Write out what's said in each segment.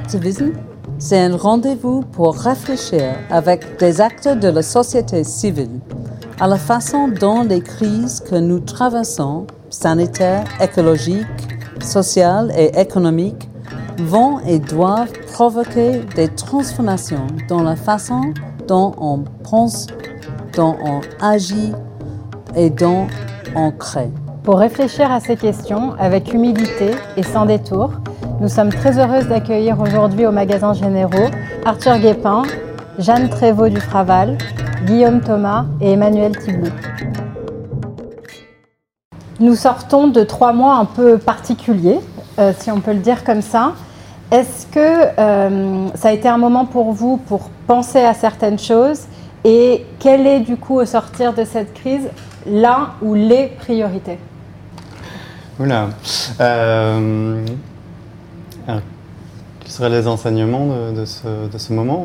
Activism, c'est un rendez-vous pour réfléchir avec des acteurs de la société civile à la façon dont les crises que nous traversons, sanitaires, écologiques, sociales et économiques, vont et doivent provoquer des transformations dans la façon dont on pense, dont on agit et dont on crée. Pour réfléchir à ces questions avec humilité et sans détour, nous sommes très heureuses d'accueillir aujourd'hui au Magasins Généraux Arthur Guépin, Jeanne Trévaux du Fraval, Guillaume Thomas et Emmanuel Thibault. Nous sortons de 3 mois un peu particuliers, si on peut le dire comme ça. Est-ce que ça a été un moment pour vous pour penser à certaines choses et quelle est du coup au sortir de cette crise l'un ou les priorités ? Oula. Alors, quels seraient les enseignements de ce moment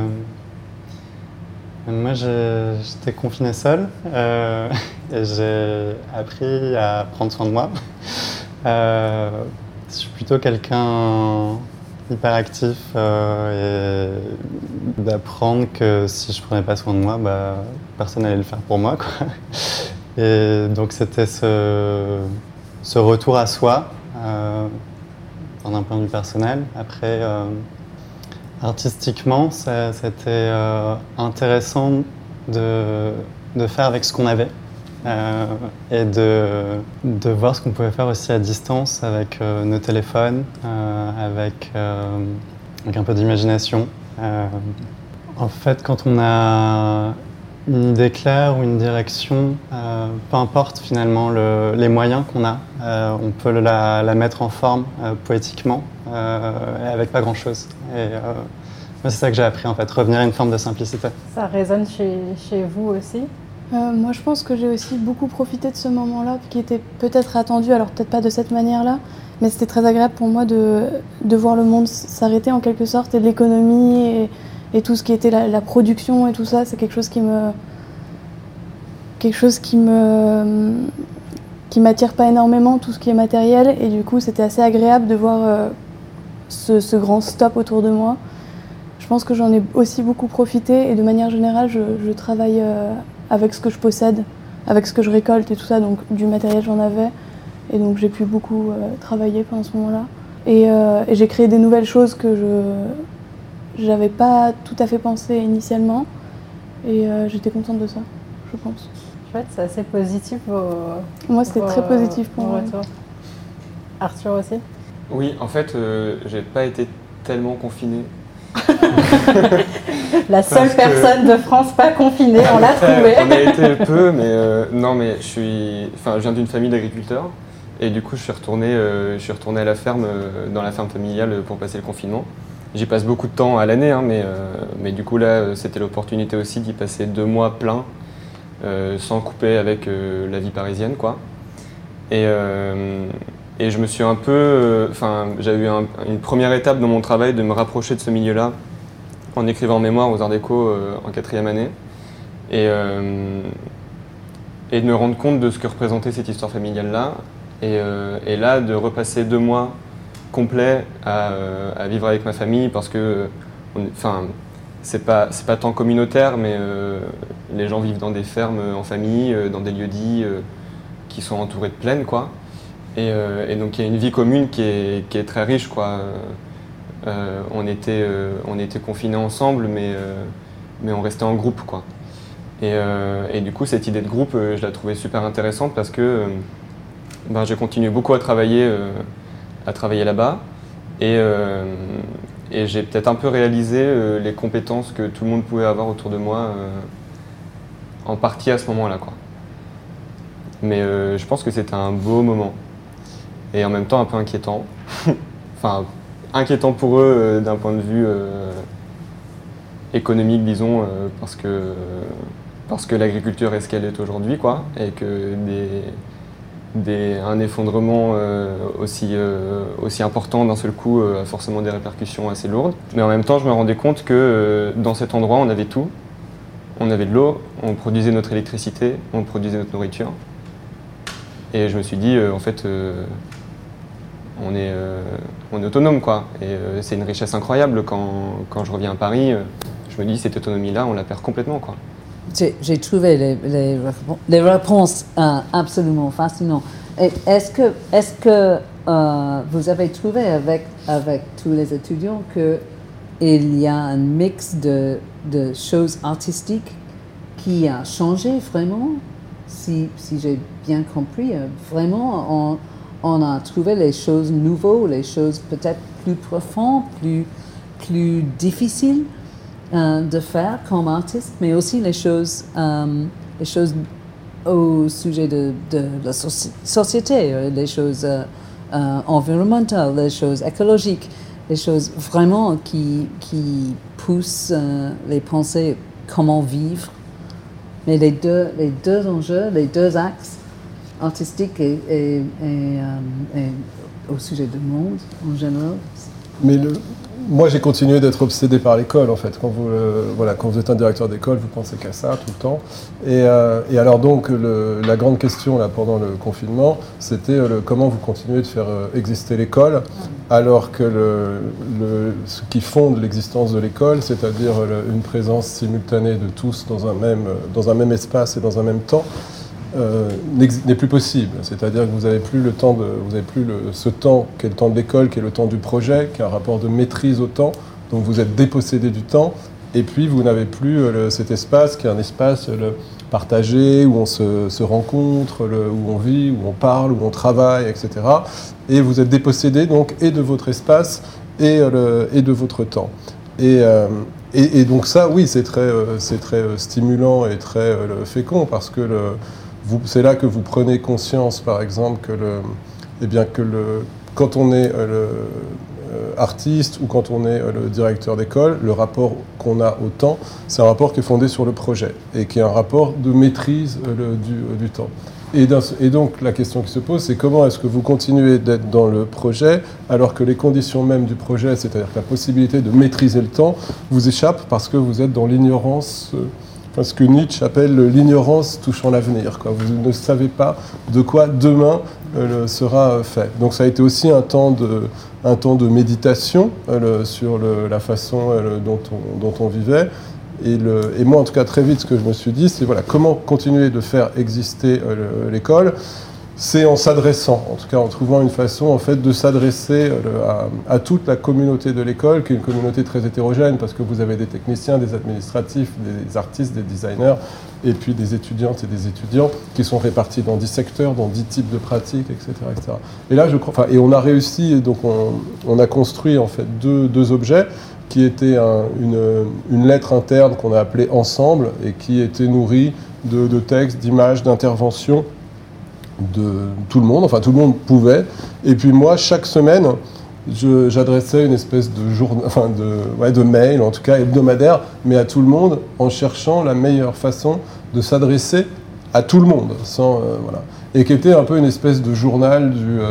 Moi, j'étais confiné seul et j'ai appris à prendre soin de moi. Je suis plutôt quelqu'un hyperactif et d'apprendre que si je prenais pas soin de moi, personne n'allait le faire pour moi, quoi. Et donc c'était ce retour à soi d'un point de vue personnel. Après, artistiquement, c'était intéressant de faire avec ce qu'on avait et de voir ce qu'on pouvait faire aussi à distance avec nos téléphones, avec un peu d'imagination. En fait, quand on a une idée claire ou une direction, peu importe finalement les moyens qu'on a, on peut la mettre en forme poétiquement avec pas grand-chose. Et moi, c'est ça que j'ai appris en fait, revenir à une forme de simplicité. Ça résonne chez vous aussi ? Moi, je pense que j'ai aussi beaucoup profité de ce moment-là, qui était peut-être attendu, alors peut-être pas de cette manière-là, mais c'était très agréable pour moi de voir le monde s'arrêter en quelque sorte, et l'économie et tout ce qui était la production et tout ça, c'est quelque chose qui m'attire pas énormément, tout ce qui est matériel, et du coup c'était assez agréable de voir ce grand stop autour de moi. Je pense que j'en ai aussi beaucoup profité, et de manière générale je travaille avec ce que je possède, avec ce que je récolte et tout ça, donc du matériel j'en avais, et donc j'ai pu beaucoup travailler pendant ce moment-là. Et j'ai créé des nouvelles choses que j'avais pas tout à fait pensé initialement, et j'étais contente de ça, je pense. Chouette, c'est assez positif. Moi, c'était très positif pour moi. Arthur aussi ? Oui, en fait, j'ai pas été tellement confinée. La seule personne de France pas confinée, on l'a trouvé. On a été peu, mais non, mais je viens d'une famille d'agriculteurs. Et du coup, je suis retourné à la ferme, dans la ferme familiale pour passer le confinement. J'y passe beaucoup de temps à l'année, hein, mais du coup là, c'était l'opportunité aussi d'y passer 2 mois pleins, sans couper avec la vie parisienne, quoi. Et je me suis un peu, j'avais eu une première étape dans mon travail de me rapprocher de ce milieu-là en écrivant un mémoire aux Arts Déco en 4e année, et de me rendre compte de ce que représentait cette histoire familiale-là. Et là, de repasser 2 mois complets à vivre avec ma famille, parce que c'est pas tant communautaire, mais les gens vivent dans des fermes en famille, dans des lieux-dits qui sont entourés de plaines, quoi. Et donc il y a une vie commune qui est très riche, quoi. On était confinés ensemble, mais on restait en groupe, quoi. Et du coup, cette idée de groupe, je la trouvais super intéressante parce que j'ai continué beaucoup à travailler là-bas, et j'ai peut-être un peu réalisé les compétences que tout le monde pouvait avoir autour de moi, en partie à ce moment-là, quoi. Mais je pense que c'était un beau moment, et en même temps un peu inquiétant. Enfin, inquiétant pour eux d'un point de vue économique, disons, parce que l'agriculture est ce qu'elle est aujourd'hui, quoi, et que un effondrement aussi important d'un seul coup a forcément des répercussions assez lourdes. Mais en même temps, je me rendais compte que dans cet endroit, on avait tout. On avait de l'eau, on produisait notre électricité, on produisait notre nourriture. Et je me suis dit, en fait, on est autonome, quoi. Et c'est une richesse incroyable quand je reviens à Paris. Je me dis, cette autonomie-là, on la perd complètement, quoi. J'ai trouvé les réponses absolument fascinantes. Et est-ce que vous avez trouvé avec tous les étudiants qu'il y a un mix de choses artistiques qui a changé vraiment? Si j'ai bien compris, vraiment, on a trouvé les choses nouvelles, les choses peut-être plus profondes, plus difficiles de faire comme artiste, mais aussi les choses au sujet de la société, les choses environnementales, les choses écologiques, les choses vraiment qui poussent les pensées comment vivre. Mais les deux enjeux, les deux axes, artistiques et au sujet du monde en général. Mais moi, j'ai continué d'être obsédé par l'école, en fait. Quand vous êtes un directeur d'école, vous pensez qu'à ça tout le temps. Et alors donc, la grande question là, pendant le confinement, c'était comment vous continuez de faire exister l'école, alors que ce qui fonde l'existence de l'école, c'est-à-dire une présence simultanée de tous dans un même espace et dans un même temps, n'est plus possible. C'est-à-dire que vous n'avez plus ce temps qui est le temps de l'école, qui est le temps du projet, qui a un rapport de maîtrise au temps, donc vous êtes dépossédé du temps, et puis vous n'avez plus cet espace qui est un espace partagé, où on se rencontre, où on vit, où on parle, où on travaille, etc. Et vous êtes dépossédé donc et de votre espace et de votre temps. Et donc ça, oui, c'est très stimulant et très fécond, parce que c'est là que vous prenez conscience, par exemple, quand on est artiste ou quand on est le directeur d'école, le rapport qu'on a au temps, c'est un rapport qui est fondé sur le projet et qui est un rapport de maîtrise du temps. Et donc la question qui se pose, c'est comment est-ce que vous continuez d'être dans le projet alors que les conditions mêmes du projet, c'est-à-dire que la possibilité de maîtriser le temps, vous échappent parce que vous êtes dans l'ignorance, ce que Nietzsche appelle l'ignorance touchant l'avenir. Vous ne savez pas de quoi demain sera fait. Donc ça a été aussi un temps de méditation sur la façon dont on vivait. Et moi, en tout cas, très vite, ce que je me suis dit, c'est comment continuer de faire exister l'école. C'est en s'adressant, en tout cas en trouvant une façon en fait, de s'adresser à toute la communauté de l'école, qui est une communauté très hétérogène, parce que vous avez des techniciens, des administratifs, des artistes, des designers, et puis des étudiantes et des étudiants qui sont répartis dans 10 secteurs, dans 10 types de pratiques, etc. etc. Et là, je crois, et on a réussi, donc on a construit en fait deux objets, qui étaient une lettre interne qu'on a appelée Ensemble, et qui était nourrie de textes, d'images, d'interventions, de tout le monde, enfin tout le monde pouvait. Et puis moi, chaque semaine, j'adressais une espèce de mail, en tout cas hebdomadaire, mais à tout le monde, en cherchant la meilleure façon de s'adresser à tout le monde, et qui était un peu une espèce de journal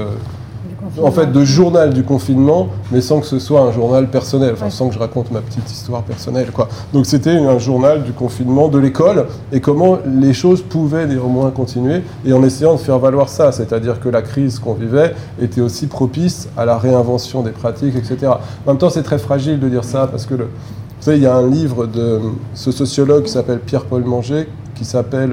journal du confinement, mais sans que ce soit un journal personnel, sans que je raconte ma petite histoire personnelle, quoi. Donc c'était un journal du confinement de l'école, et comment les choses pouvaient néanmoins continuer, et en essayant de faire valoir ça, c'est-à-dire que la crise qu'on vivait était aussi propice à la réinvention des pratiques, etc. En même temps, c'est très fragile de dire ça, parce que vous savez, il y a un livre de ce sociologue qui s'appelle Pierre-Paul Manger, qui s'appelle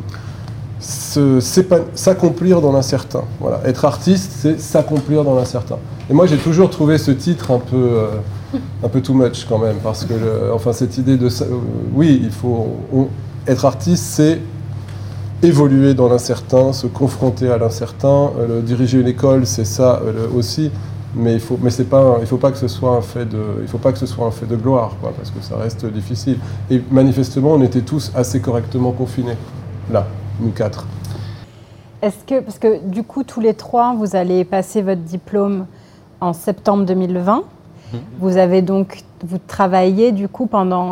s'accomplir dans l'incertain. Voilà. Être artiste, c'est s'accomplir dans l'incertain. Et moi, j'ai toujours trouvé ce titre un peu too much quand même, parce que cette idée de oui, être artiste, c'est évoluer dans l'incertain, se confronter à l'incertain. Diriger une école, c'est ça aussi. Mais il faut pas que ce soit un fait de gloire, quoi, parce que ça reste difficile. Et manifestement, on était tous assez correctement confinés là. Nous 4. Parce que du coup, tous les 3, vous allez passer votre diplôme en septembre 2020. Vous travaillez du coup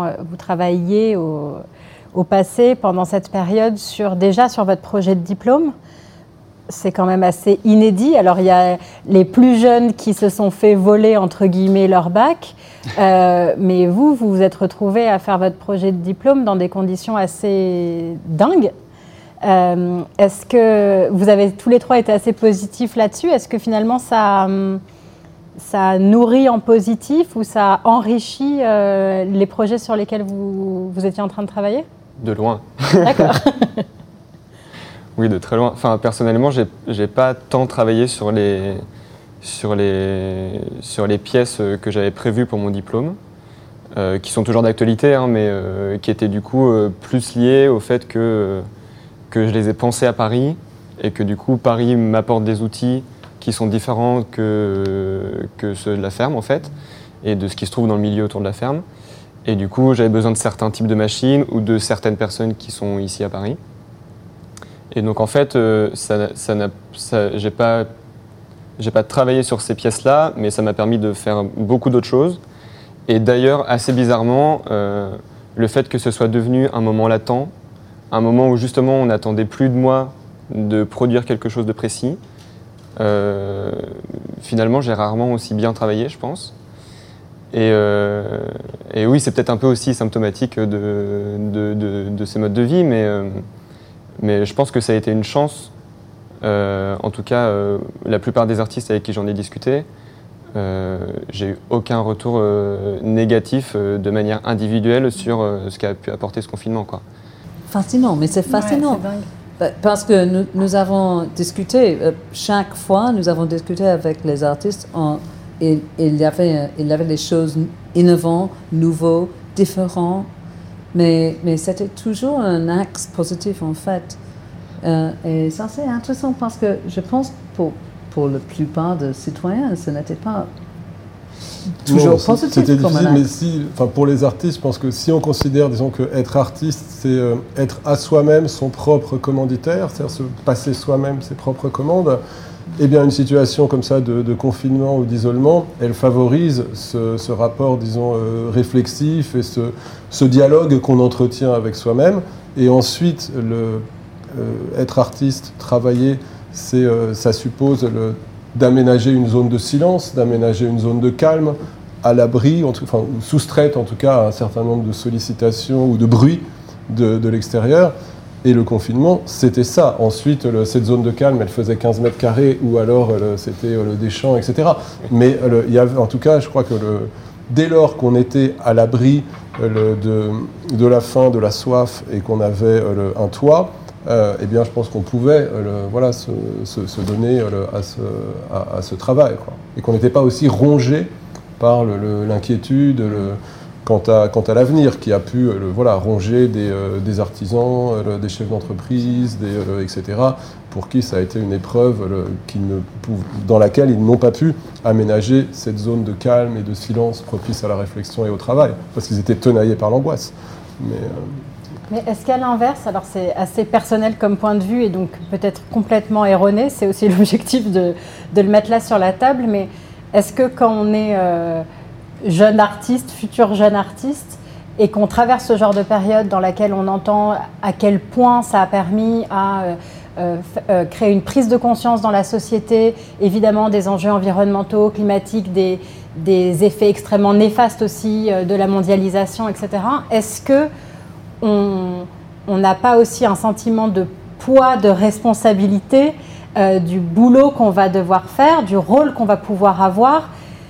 au passé pendant cette période sur votre projet de diplôme. C'est quand même assez inédit. Alors il y a les plus jeunes qui se sont fait voler entre guillemets leur bac, mais vous vous êtes retrouvés à faire votre projet de diplôme dans des conditions assez dingues. Est-ce que vous avez tous les trois été assez positifs là-dessus? Est-ce que finalement ça nourrit en positif ou ça enrichit les projets sur lesquels vous étiez en train de travailler? De loin. D'accord. Oui, de très loin. Enfin, personnellement, j'ai pas tant travaillé sur les pièces que j'avais prévues pour mon diplôme, qui sont toujours d'actualité, hein, mais qui étaient du coup plus liées au fait que je les ai pensées à Paris et que du coup Paris m'apporte des outils qui sont différents que ceux de la ferme en fait, et de ce qui se trouve dans le milieu autour de la ferme. Et du coup, j'avais besoin de certains types de machines ou de certaines personnes qui sont ici à Paris. Et donc en fait, j'ai pas travaillé sur ces pièces-là, mais ça m'a permis de faire beaucoup d'autres choses. Et d'ailleurs, assez bizarrement, le fait que ce soit devenu un moment latent, un moment où justement on n'attendait plus de moi de produire quelque chose de précis, finalement j'ai rarement aussi bien travaillé, je pense. Et oui, c'est peut-être un peu aussi symptomatique de ces modes de vie, mais je pense que ça a été une chance. En tout cas, la plupart des artistes avec qui j'en ai discuté, j'ai eu aucun retour négatif de manière individuelle sur ce qu'a pu apporter ce confinement, quoi. Fascinant, mais c'est fascinant. Ouais, c'est dingue. Parce que nous avons discuté, chaque fois, nous avons discuté avec les artistes, il y avait des choses innovantes, nouveaux, différents, mais c'était toujours un axe positif en fait. Et ça c'est intéressant parce que je pense pour la plupart des citoyens, ce n'était pas toujours positif. C'était comme difficile, un mais axe. pour les artistes, je pense que si on considère, disons, qu'être artiste, c'est être à soi-même son propre commanditaire, c'est-à-dire se passer soi-même ses propres commandes, eh bien, une situation comme ça de confinement ou d'isolement, elle favorise ce rapport, disons, réflexif et ce dialogue qu'on entretient avec soi-même. Et ensuite, être artiste, travailler, ça suppose d'aménager une zone de silence, d'aménager une zone de calme, à l'abri, enfin, soustraite en tout cas à un certain nombre de sollicitations ou de bruits de l'extérieur. Et le confinement, c'était ça. Ensuite, cette zone de calme, elle faisait 15 mètres carrés, ou alors c'était des champs, etc. Mais il y avait, en tout cas, je crois que dès lors qu'on était à l'abri de la faim, de la soif, et qu'on avait un toit, eh bien, je pense qu'on pouvait se donner à ce travail, quoi. Et qu'on n'était pas aussi rongé par l'inquiétude quant à l'avenir, qui a pu ronger des artisans, des chefs d'entreprise, etc., pour qui ça a été une épreuve dans laquelle ils n'ont pas pu aménager cette zone de calme et de silence propice à la réflexion et au travail, parce qu'ils étaient tenaillés par l'angoisse. Mais est-ce qu'à l'inverse, alors c'est assez personnel comme point de vue et donc peut-être complètement erroné, c'est aussi l'objectif de le mettre là sur la table, mais est-ce que quand on est jeune artiste, futur jeune artiste, et qu'on traverse ce genre de période dans laquelle on entend à quel point ça a permis à créer une prise de conscience dans la société, évidemment des enjeux environnementaux, climatiques, des effets extrêmement néfastes aussi de la mondialisation, etc. Est-ce que on n'a pas aussi un sentiment de poids, de responsabilité du boulot qu'on va devoir faire, du rôle qu'on va pouvoir avoir?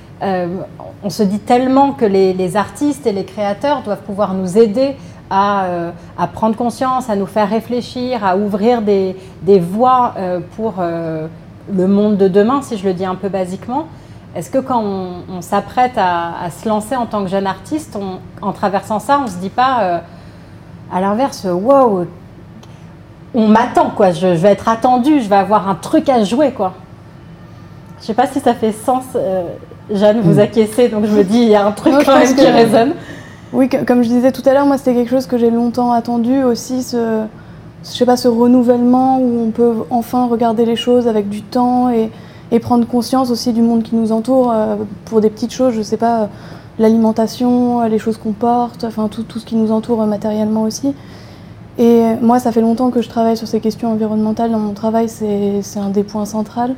On se dit tellement que les artistes et les créateurs doivent pouvoir nous aider à prendre conscience, à nous faire réfléchir, à ouvrir des voies pour le monde de demain, si je le dis un peu basiquement. Est-ce que quand on s'apprête à se lancer en tant que jeune artiste, en traversant ça, on ne se dit pas, à l'inverse, wow, on m'attend, quoi, je vais être attendu, je vais avoir un truc à jouer, quoi. Je ne sais pas si ça fait sens. Jeanne, vous acquiescez, donc je me dis, il y a un truc quand même qui résonne. Oui, comme je disais tout à l'heure, moi c'était quelque chose que j'ai longtemps attendu aussi, ce renouvellement où on peut enfin regarder les choses avec du temps et prendre conscience aussi du monde qui nous entoure pour des petites choses, je sais pas, l'alimentation, les choses qu'on porte, enfin tout ce qui nous entoure matériellement aussi. Et moi, ça fait longtemps que je travaille sur ces questions environnementales dans mon travail, c'est un des points centraux.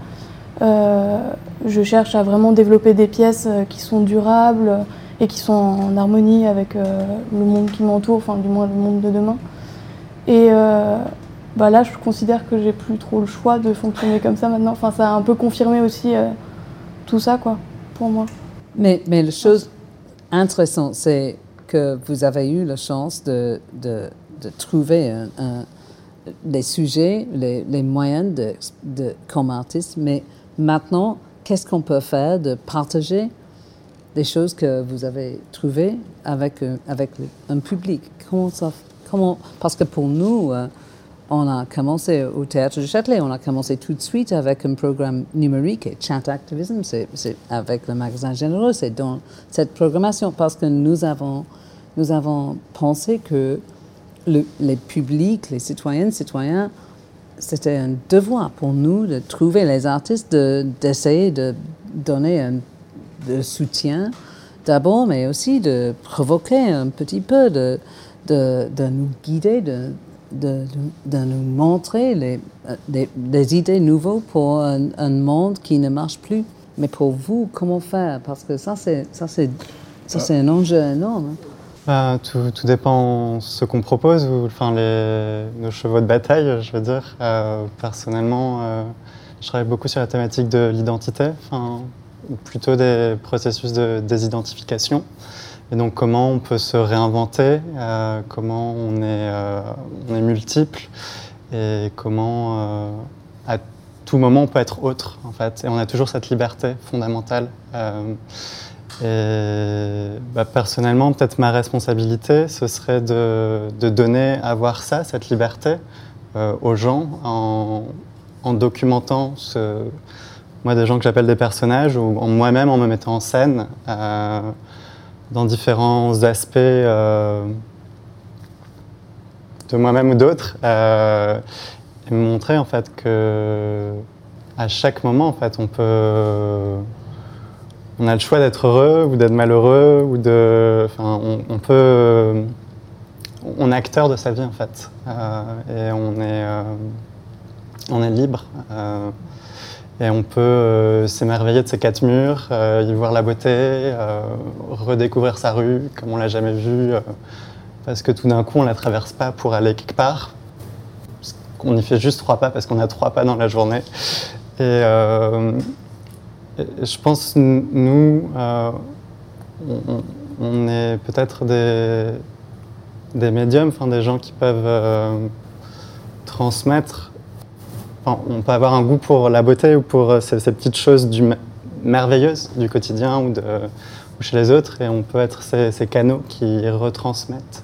Je cherche à vraiment développer des pièces qui sont durables et qui sont en harmonie avec le monde qui m'entoure, enfin du moins le monde de demain. Et là, je considère que j'ai plus trop le choix de fonctionner comme ça maintenant. Enfin, ça a un peu confirmé aussi tout ça, quoi, pour moi. Mais la chose intéressante, c'est que vous avez eu la chance de trouver les sujets, les moyens comme artiste. Mais maintenant, qu'est-ce qu'on peut faire de partager des choses que vous avez trouvées avec un public? Parce que pour nous, on a commencé au Théâtre du Châtelet, on a commencé tout de suite avec un programme numérique et Chat Activism, c'est avec le magasin Généreux, c'est dans cette programmation parce que nous avons pensé que les publics, les citoyennes, citoyens, c'était un devoir pour nous de trouver les artistes, d'essayer de donner de soutien d'abord, mais aussi de provoquer un petit peu, de nous guider, de nous montrer des idées nouvelles pour un monde qui ne marche plus. Mais pour vous, comment faire? Parce que ça c'est un enjeu énorme. Tout dépend ce qu'on propose, nos chevaux de bataille, je veux dire. Personnellement, je travaille beaucoup sur la thématique de l'identité, ou plutôt des processus de désidentification. Et donc comment on peut se réinventer, comment on est multiple et comment à tout moment on peut être autre en fait. Et on a toujours cette liberté fondamentale. Personnellement, peut-être ma responsabilité, ce serait de donner à voir ça, cette liberté, aux gens en documentant moi des gens que j'appelle des personnages ou moi-même en me mettant en scène. Dans différents aspects de moi-même ou d'autres, et me montrer en fait que à chaque moment en fait on a le choix d'être heureux ou d'être malheureux ou on est acteur de sa vie en fait, et on est libre. Et on peut s'émerveiller de ces quatre murs, y voir la beauté, redécouvrir sa rue comme on l'a jamais vue, parce que tout d'un coup on la traverse pas pour aller quelque part. On y fait juste 3 pas parce qu'on a 3 pas dans la journée. Et je pense nous, on est peut-être des médiums, des gens qui peuvent transmettre. On peut avoir un goût pour la beauté ou pour ces petites choses merveilleuses du quotidien ou chez les autres, et on peut être ces canaux qui retransmettent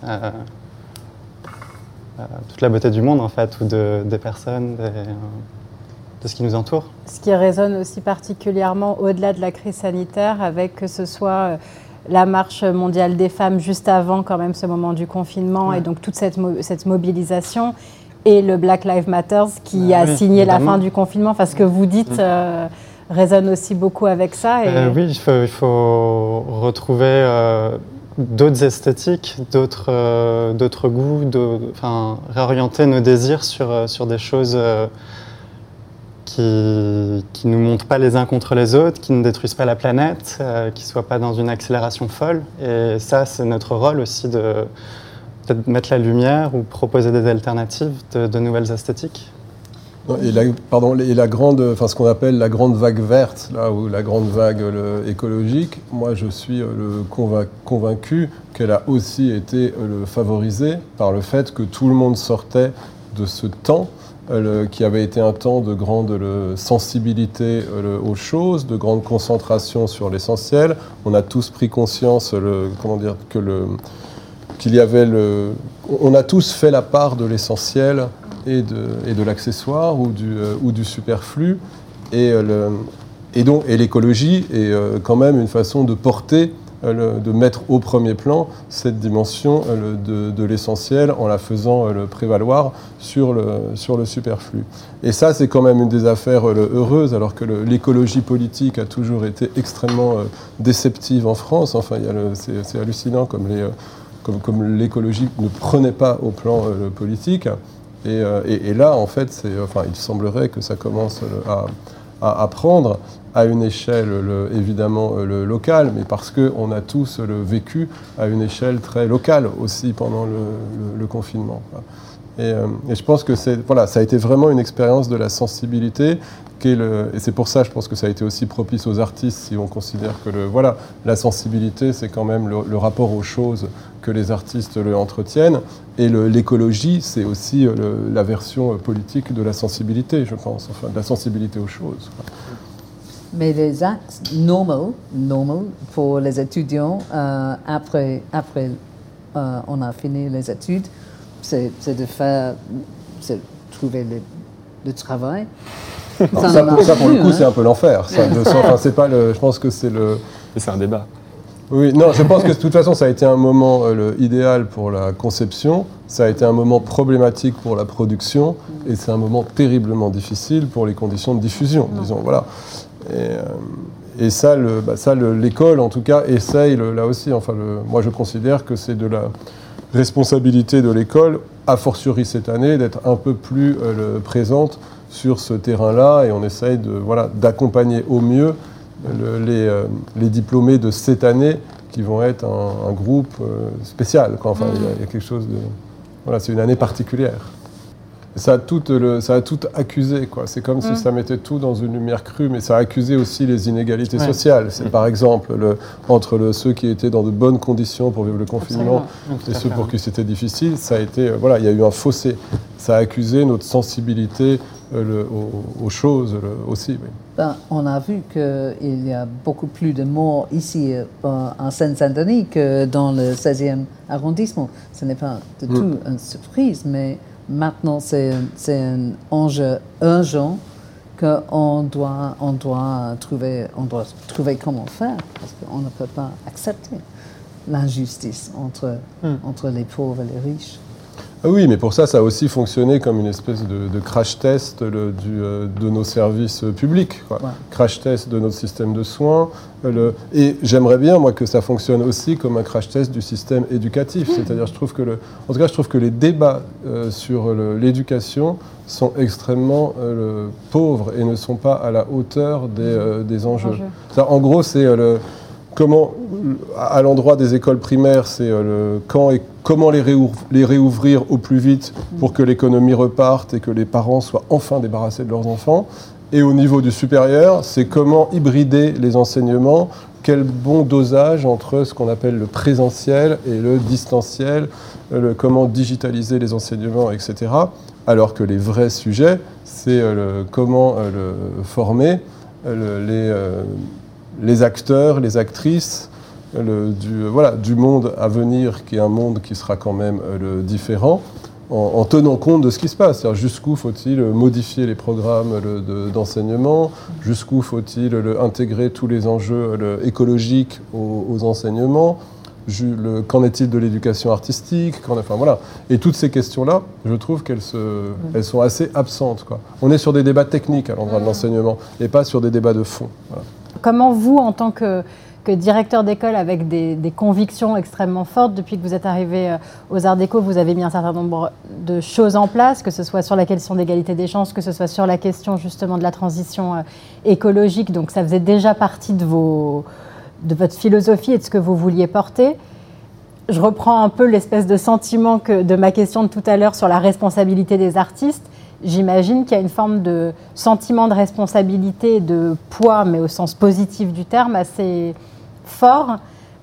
toute la beauté du monde en fait, ou des personnes, de ce qui nous entoure. Ce qui résonne aussi particulièrement au-delà de la crise sanitaire, avec que ce soit la marche mondiale des femmes juste avant quand même ce moment du confinement, et donc toute cette mobilisation, et le Black Lives Matter qui a signé évidemment la fin du confinement. Enfin, ce que vous dites résonne aussi beaucoup avec ça. Oui, il faut retrouver d'autres esthétiques, d'autres goûts, réorienter nos désirs sur des choses qui ne nous montent pas les uns contre les autres, qui ne détruisent pas la planète, qui ne soient pas dans une accélération folle. Et ça, c'est notre rôle aussi de peut-être mettre la lumière ou proposer des alternatives de nouvelles esthétiques. Et la grande, ce qu'on appelle la grande vague verte, là, ou la grande vague écologique, moi je suis convaincu qu'elle a aussi été favorisée par le fait que tout le monde sortait de ce temps qui avait été un temps de grande sensibilité aux choses, de grande concentration sur l'essentiel. On a tous pris conscience, qu'il y avait on a tous fait la part de l'essentiel et de l'accessoire ou du superflu, et l'écologie est quand même une façon de porter, de mettre au premier plan cette dimension de l'essentiel en la faisant prévaloir sur le superflu. Et ça, c'est quand même une des affaires heureuses, alors que l'écologie politique a toujours été extrêmement déceptive en France. Enfin, c'est hallucinant comme l'écologie ne prenait pas au plan politique. Et là, en fait, il semblerait que ça commence à prendre à une échelle évidemment locale, mais parce qu'on a tous vécu à une échelle très locale aussi pendant le confinement. Et je pense que ça a été vraiment une expérience de la sensibilité, et c'est pour ça, je pense que ça a été aussi propice aux artistes, si on considère que la sensibilité, c'est quand même le rapport aux choses que les artistes entretiennent, et l'écologie, c'est aussi la version politique de la sensibilité, je pense, enfin de la sensibilité aux choses. Mais les axes normaux pour les étudiants, après on a fini les études, c'est de trouver le travail. Ça, pour le coup, c'est un peu l'enfer. C'est pas je pense que c'est le... Et c'est un débat. Oui, non, je pense que de toute façon, ça a été un moment idéal pour la conception, ça a été un moment problématique pour la production, et c'est un moment terriblement difficile pour les conditions de diffusion, disons, voilà. Et ça, l'école, en tout cas, essaye, là aussi, moi je considère que c'est de la responsabilité de l'école, a fortiori cette année, d'être un peu plus présente sur ce terrain-là, et on essaye d'accompagner au mieux les diplômés de cette année, qui vont être un groupe spécial. Il y a quelque chose de... Voilà, c'est une année particulière. Ça a tout accusé, quoi. C'est comme si ça mettait tout dans une lumière crue, mais ça a accusé aussi les inégalités sociales. C'est par exemple entre ceux qui étaient dans de bonnes conditions pour vivre le confinement et ceux pour qui c'était difficile, ça a été, il y a eu un fossé. Ça a accusé notre sensibilité aux choses aussi. Oui. On a vu qu'il y a beaucoup plus de morts ici en Seine-Saint-Denis que dans le 16e arrondissement. Ce n'est pas du tout une surprise, mais maintenant, c'est un enjeu urgent qu'on doit trouver comment faire, parce qu'on ne peut pas accepter l'injustice entre les pauvres et les riches. Ah oui, mais pour ça a aussi fonctionné comme une espèce de crash test de nos services publics, quoi. Ouais. Crash test de notre système de soins. Et j'aimerais bien, moi, que ça fonctionne aussi comme un crash test du système éducatif. C'est-à-dire, je trouve que les débats sur l'éducation sont extrêmement pauvres et ne sont pas à la hauteur des enjeux. En gros, c'est comment, à l'endroit des écoles primaires, c'est quand et comment les réouvrir au plus vite pour que l'économie reparte et que les parents soient enfin débarrassés de leurs enfants. Et au niveau du supérieur, c'est comment hybrider les enseignements, quel bon dosage entre ce qu'on appelle le présentiel et le distanciel, comment digitaliser les enseignements, etc. Alors que les vrais sujets, c'est comment former les acteurs, les actrices du monde à venir, qui est un monde qui sera quand même différent, en tenant compte de ce qui se passe. C'est-à-dire jusqu'où faut-il modifier les programmes d'enseignement, jusqu'où faut-il intégrer tous les enjeux écologiques aux enseignements, qu'en est-il de l'éducation artistique, Et toutes ces questions-là, je trouve qu'elles sont assez absentes, quoi. On est sur des débats techniques à l'endroit de l'enseignement, et pas sur des débats de fond. Voilà. Comment vous, en tant que directeur d'école avec des convictions extrêmement fortes, depuis que vous êtes arrivé aux Arts Déco, vous avez mis un certain nombre de choses en place, que ce soit sur la question d'égalité des chances, que ce soit sur la question justement de la transition écologique. Donc ça faisait déjà partie de votre philosophie et de ce que vous vouliez porter. Je reprends un peu l'espèce de sentiment de ma question de tout à l'heure sur la responsabilité des artistes. J'imagine qu'il y a une forme de sentiment de responsabilité, de poids, mais au sens positif du terme, assez fort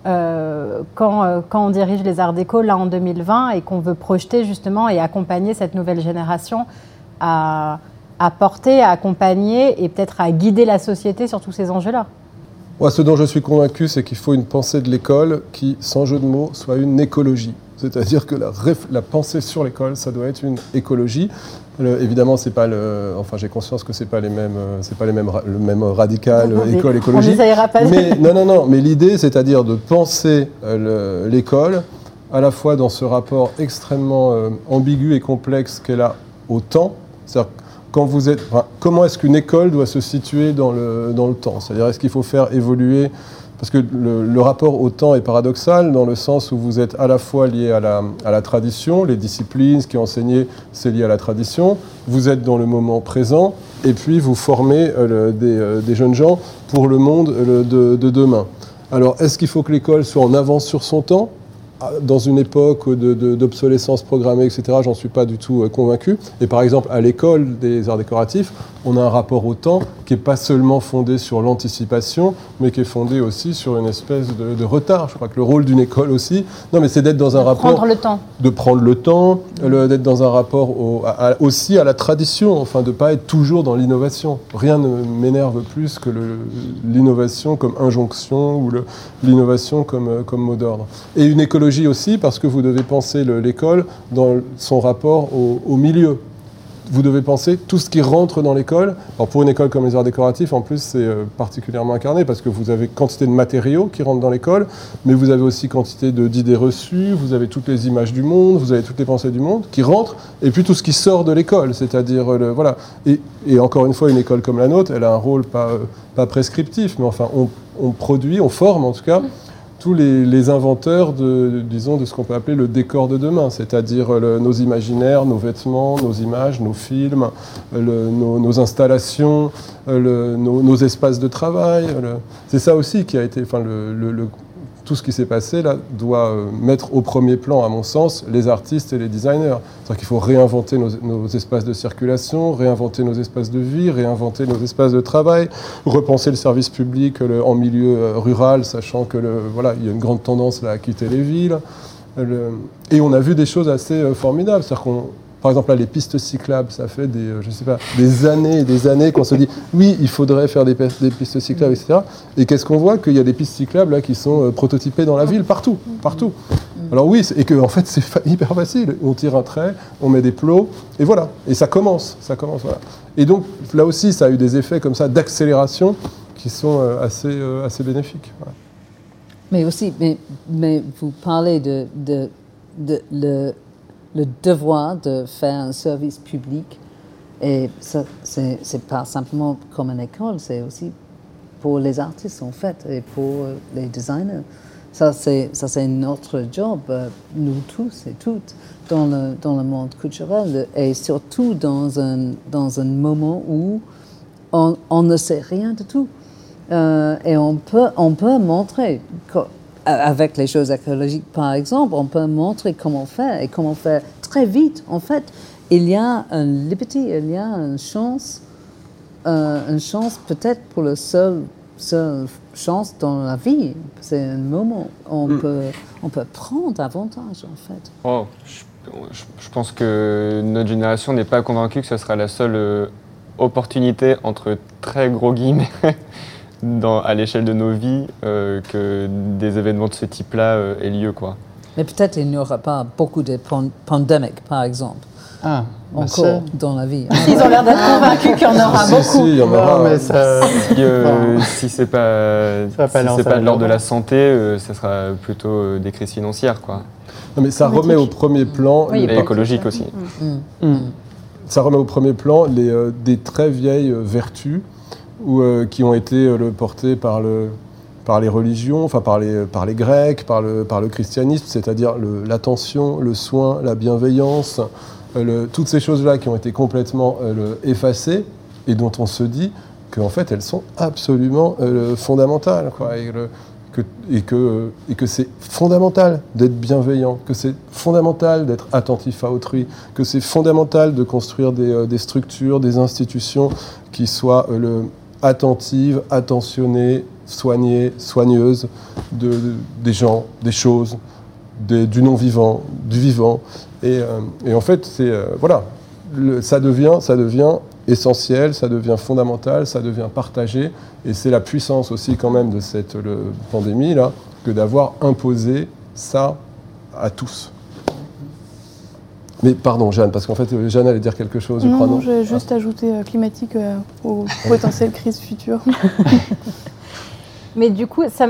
quand on dirige les Arts Déco là en 2020 et qu'on veut projeter justement et accompagner cette nouvelle génération à porter, à accompagner et peut-être à guider la société sur tous ces enjeux-là. Moi, ce dont je suis convaincu, c'est qu'il faut une pensée de l'école qui, sans jeu de mots, soit une écologie. C'est-à-dire que la pensée sur l'école, ça doit être une écologie. Évidemment, c'est pas j'ai conscience que c'est pas le même radical école écologie. On n'essayera pas. Mais non. Mais l'idée, c'est-à-dire de penser l'école à la fois dans ce rapport extrêmement ambigu et complexe qu'elle a au temps. C'est-à-dire comment est-ce qu'une école doit se situer dans le temps. C'est-à-dire, est-ce qu'il faut faire évoluer... Parce que le rapport au temps est paradoxal dans le sens où vous êtes à la fois lié à la tradition, les disciplines, ce qui est enseigné, c'est lié à la tradition. Vous êtes dans le moment présent et puis vous formez des jeunes gens pour le monde de demain. Alors, est-ce qu'il faut que l'école soit en avance sur son temps ? dans une époque d'obsolescence programmée, etc., j'en suis pas du tout convaincu. Et par exemple, à l'école des arts décoratifs, on a un rapport au temps qui n'est pas seulement fondé sur l'anticipation, mais qui est fondé aussi sur une espèce de retard. Je crois que le rôle d'une école aussi, non, mais c'est d'être dans un rapport... Prendre le temps. De prendre le temps, d'être dans un rapport aussi à la tradition, enfin de ne pas être toujours dans l'innovation. Rien ne m'énerve plus que l'innovation comme injonction ou l'innovation comme mot d'ordre. Et une écologie aussi, parce que vous devez penser l'école dans son rapport au milieu. Vous devez penser tout ce qui rentre dans l'école. Alors pour une école comme les arts décoratifs, en plus, c'est particulièrement incarné parce que vous avez quantité de matériaux qui rentrent dans l'école, mais vous avez aussi quantité d'idées reçues, vous avez toutes les images du monde, vous avez toutes les pensées du monde qui rentrent, et puis tout ce qui sort de l'école, c'est-à-dire, voilà. Et encore une fois, une école comme la nôtre, elle a un rôle pas prescriptif, mais enfin, on produit, on forme en tout cas, tous les inventeurs de ce qu'on peut appeler le décor de demain, c'est-à-dire nos imaginaires, nos vêtements, nos images, nos films, nos installations, nos espaces de travail. C'est ça aussi qui a été, enfin, tout ce qui s'est passé là doit mettre au premier plan, à mon sens, les artistes et les designers. C'est-à-dire qu'il faut réinventer nos espaces de circulation, réinventer nos espaces de vie, réinventer nos espaces de travail, repenser le service public en milieu rural, sachant que voilà, il y a une grande tendance là, à quitter les villes. Et on a vu des choses assez formidables. C'est-à-dire par exemple, là, les pistes cyclables, ça fait des années et des années qu'on se dit oui, il faudrait faire des pistes cyclables, etc. Et qu'est-ce qu'on voit? Qu'il y a des pistes cyclables là, qui sont prototypées dans la ville, partout. Alors oui, et que en fait, c'est hyper facile. On tire un trait, on met des plots, et voilà. Et ça commence, voilà. Et donc, là aussi, ça a eu des effets comme ça d'accélération qui sont assez bénéfiques. Voilà. Mais aussi, mais vous parlez le devoir de faire un service public, et ça, c'est pas simplement comme une école, c'est aussi pour les artistes en fait, et pour les designers. Ça c'est notre job, nous tous et toutes, dans le monde culturel, et surtout dans un moment où on ne sait rien de tout. Et on peut montrer, avec les choses écologiques par exemple, on peut montrer comment faire, et comment faire très vite. En fait, il y a une liberté, il y a une chance peut-être pour la seule chance dans la vie. C'est un moment où on peut prendre avantage en fait. Oh, je pense que notre génération n'est pas convaincue que ce sera la seule opportunité, entre très gros guillemets, à l'échelle de nos vies, que des événements de ce type-là aient lieu, quoi. Mais peut-être il n'y aura pas beaucoup de pandémies, par exemple, encore dans la vie. Ils ont l'air d'être convaincus qu'il y en aura beaucoup. Si, il y en aura. Mais ça... si c'est pas de l'ordre de la santé, ça sera plutôt des crises financières, quoi. Non, mais ça remet au premier plan... Et écologique aussi. Ça remet au premier plan des très vieilles vertus qui ont été portées par les religions, enfin par les Grecs, par le christianisme, c'est-à-dire l'attention, le soin, la bienveillance, toutes ces choses-là qui ont été complètement effacées et dont on se dit qu'en fait elles sont absolument fondamentales, quoi, et que c'est fondamental d'être bienveillant, que c'est fondamental d'être attentif à autrui, que c'est fondamental de construire des structures, des institutions qui soient attentives, attentionnées, soignées, soigneuses des gens, des choses, du non-vivant, du vivant. Et en fait, voilà, ça devient essentiel, ça devient fondamental, ça devient partagé. Et c'est la puissance aussi quand même de cette pandémie-là, que d'avoir imposé ça à tous. Mais pardon, Jeanne, parce qu'en fait, Jeanne allait dire quelque chose, je crois, non ? Non, je vais juste ajouter climatique aux potentielles crises futures. Mais du coup, ça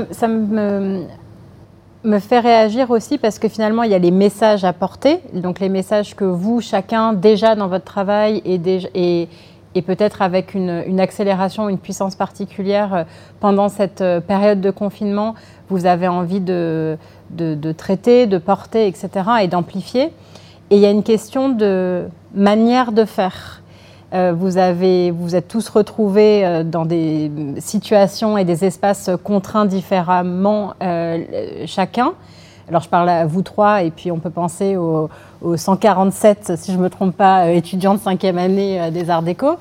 me fait réagir aussi parce que finalement, il y a les messages à porter, donc les messages que vous, chacun, déjà dans votre travail et peut-être avec une accélération, une puissance particulière pendant cette période de confinement, vous avez envie de traiter, de porter, etc. et d'amplifier. Et il y a une question de manière de faire. Vous êtes tous retrouvés dans des situations et des espaces contraints différemment chacun. alors je parle à vous trois, et puis on peut penser aux 147, si je ne me trompe pas, étudiants de 5e année des Arts Déco.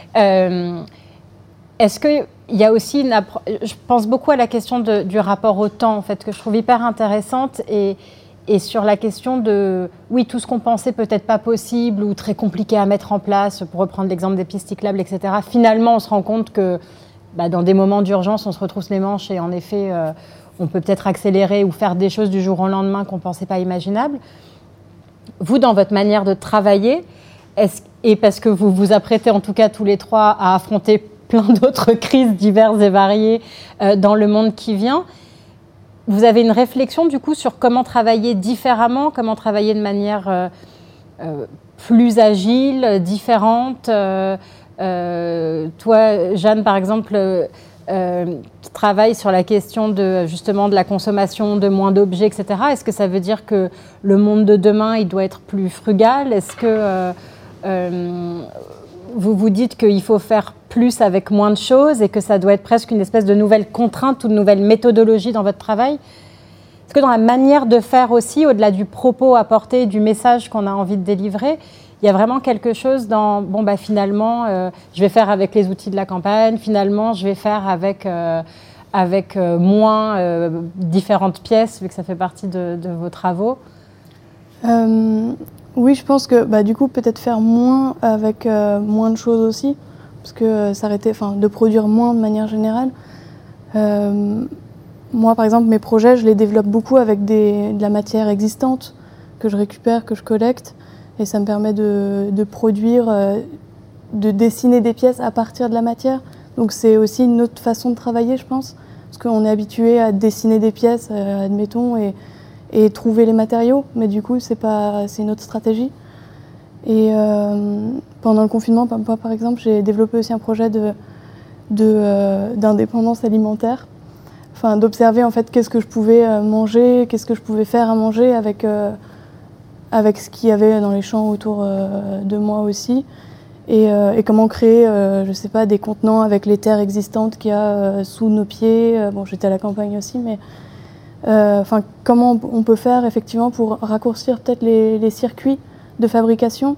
Est-ce qu'il y a aussi je pense beaucoup à la question du rapport au temps, en fait, que je trouve hyper intéressante, et sur la question de, oui, tout ce qu'on pensait peut-être pas possible ou très compliqué à mettre en place, pour reprendre l'exemple des pistes cyclables, etc., finalement, on se rend compte que dans des moments d'urgence, on se retrousse les manches et en effet, on peut peut-être accélérer ou faire des choses du jour au lendemain qu'on ne pensait pas imaginables. Vous, dans votre manière de travailler, et parce que vous vous apprêtez en tout cas tous les trois à affronter plein d'autres crises diverses et variées dans le monde qui vient, vous avez une réflexion du coup sur comment travailler différemment, comment travailler de manière plus agile, différente. Toi, Jeanne, par exemple, qui travaille sur la question justement de la consommation de moins d'objets, etc. Est-ce que ça veut dire que le monde de demain, il doit être plus frugal? Est-ce que vous vous dites qu'il faut faire plus avec moins de choses et que ça doit être presque une espèce de nouvelle contrainte ou de nouvelle méthodologie dans votre travail? Est-ce que dans la manière de faire aussi, au-delà du propos apporté, du message qu'on a envie de délivrer, il y a vraiment quelque chose dans, finalement, je vais faire avec les outils de la campagne, finalement, je vais faire avec moins différentes pièces, vu que ça fait partie de vos travaux? Oui, je pense que du coup, peut-être faire moins avec moins de choses aussi, parce que s'arrêter, de produire moins de manière générale. Moi, par exemple, mes projets, je les développe beaucoup avec de la matière existante que je récupère, que je collecte, et ça me permet de produire, de dessiner des pièces à partir de la matière. Donc c'est aussi une autre façon de travailler, je pense, parce qu'on est habitué à dessiner des pièces, admettons, et trouver les matériaux, mais du coup, c'est une autre stratégie. Et pendant le confinement, moi, par exemple, j'ai développé aussi un projet d'indépendance alimentaire, d'observer en fait qu'est-ce que je pouvais manger, qu'est-ce que je pouvais faire à manger avec ce qu'il y avait dans les champs autour de moi aussi, et comment créer, je sais pas, des contenants avec les terres existantes qu'il y a sous nos pieds. J'étais à la campagne aussi, mais comment on peut faire effectivement pour raccourcir peut-être les circuits de fabrication.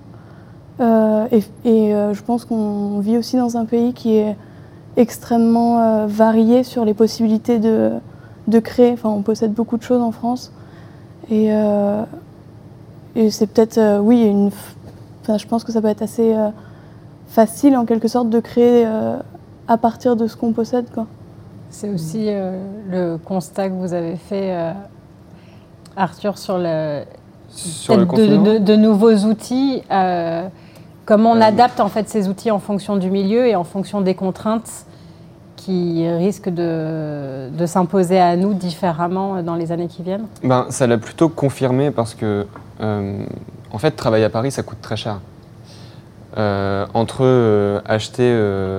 Je pense qu'on vit aussi dans un pays qui est extrêmement varié sur les possibilités de créer. On possède beaucoup de choses en France. Et c'est peut-être, je pense que ça peut être assez facile en quelque sorte de créer à partir de ce qu'on possède, quoi. C'est aussi le constat que vous avez fait, Arthur, sur le de nouveaux outils. Comment on adapte en fait ces outils en fonction du milieu et en fonction des contraintes qui risquent de s'imposer à nous différemment dans les années qui viennent? Ça l'a plutôt confirmé parce que, en fait, travailler à Paris, ça coûte très cher. Entre acheter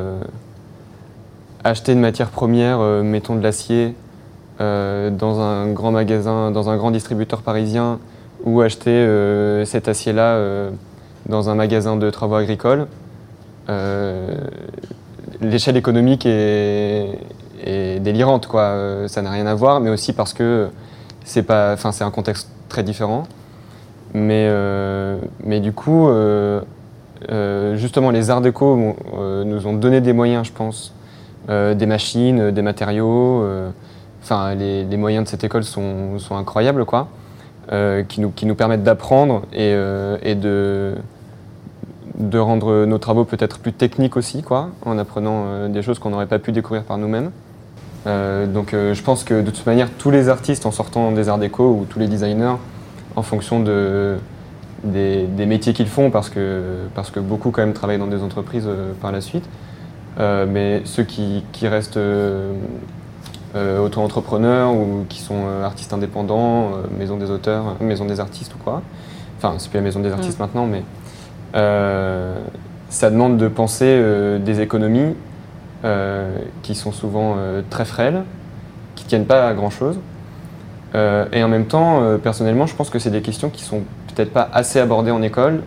une matière première, mettons de l'acier, dans un grand magasin, dans un grand distributeur parisien, ou acheter cet acier-là dans un magasin de travaux agricoles, l'échelle économique est délirante, quoi. Ça n'a rien à voir, mais aussi parce que c'est un contexte très différent. Mais du coup, justement, les Arts Déco nous ont donné des moyens, je pense, des machines, des matériaux. Les moyens de cette école sont incroyables, quoi, qui nous permettent d'apprendre et de rendre nos travaux peut-être plus techniques aussi, quoi, en apprenant des choses qu'on n'aurait pas pu découvrir par nous-mêmes. Donc je pense que de toute manière, tous les artistes en sortant des Arts Déco, ou tous les designers, en fonction des métiers qu'ils font, parce que beaucoup quand même travaillent dans des entreprises par la suite, mais ceux qui restent auto-entrepreneurs ou qui sont artistes indépendants, maison des auteurs, maison des artistes ou quoi, c'est plus la maison des artistes maintenant, mais ça demande de penser des économies qui sont souvent très frêles, qui ne tiennent pas à grand-chose. Et en même temps, personnellement, je pense que c'est des questions qui sont peut-être pas assez abordées en école,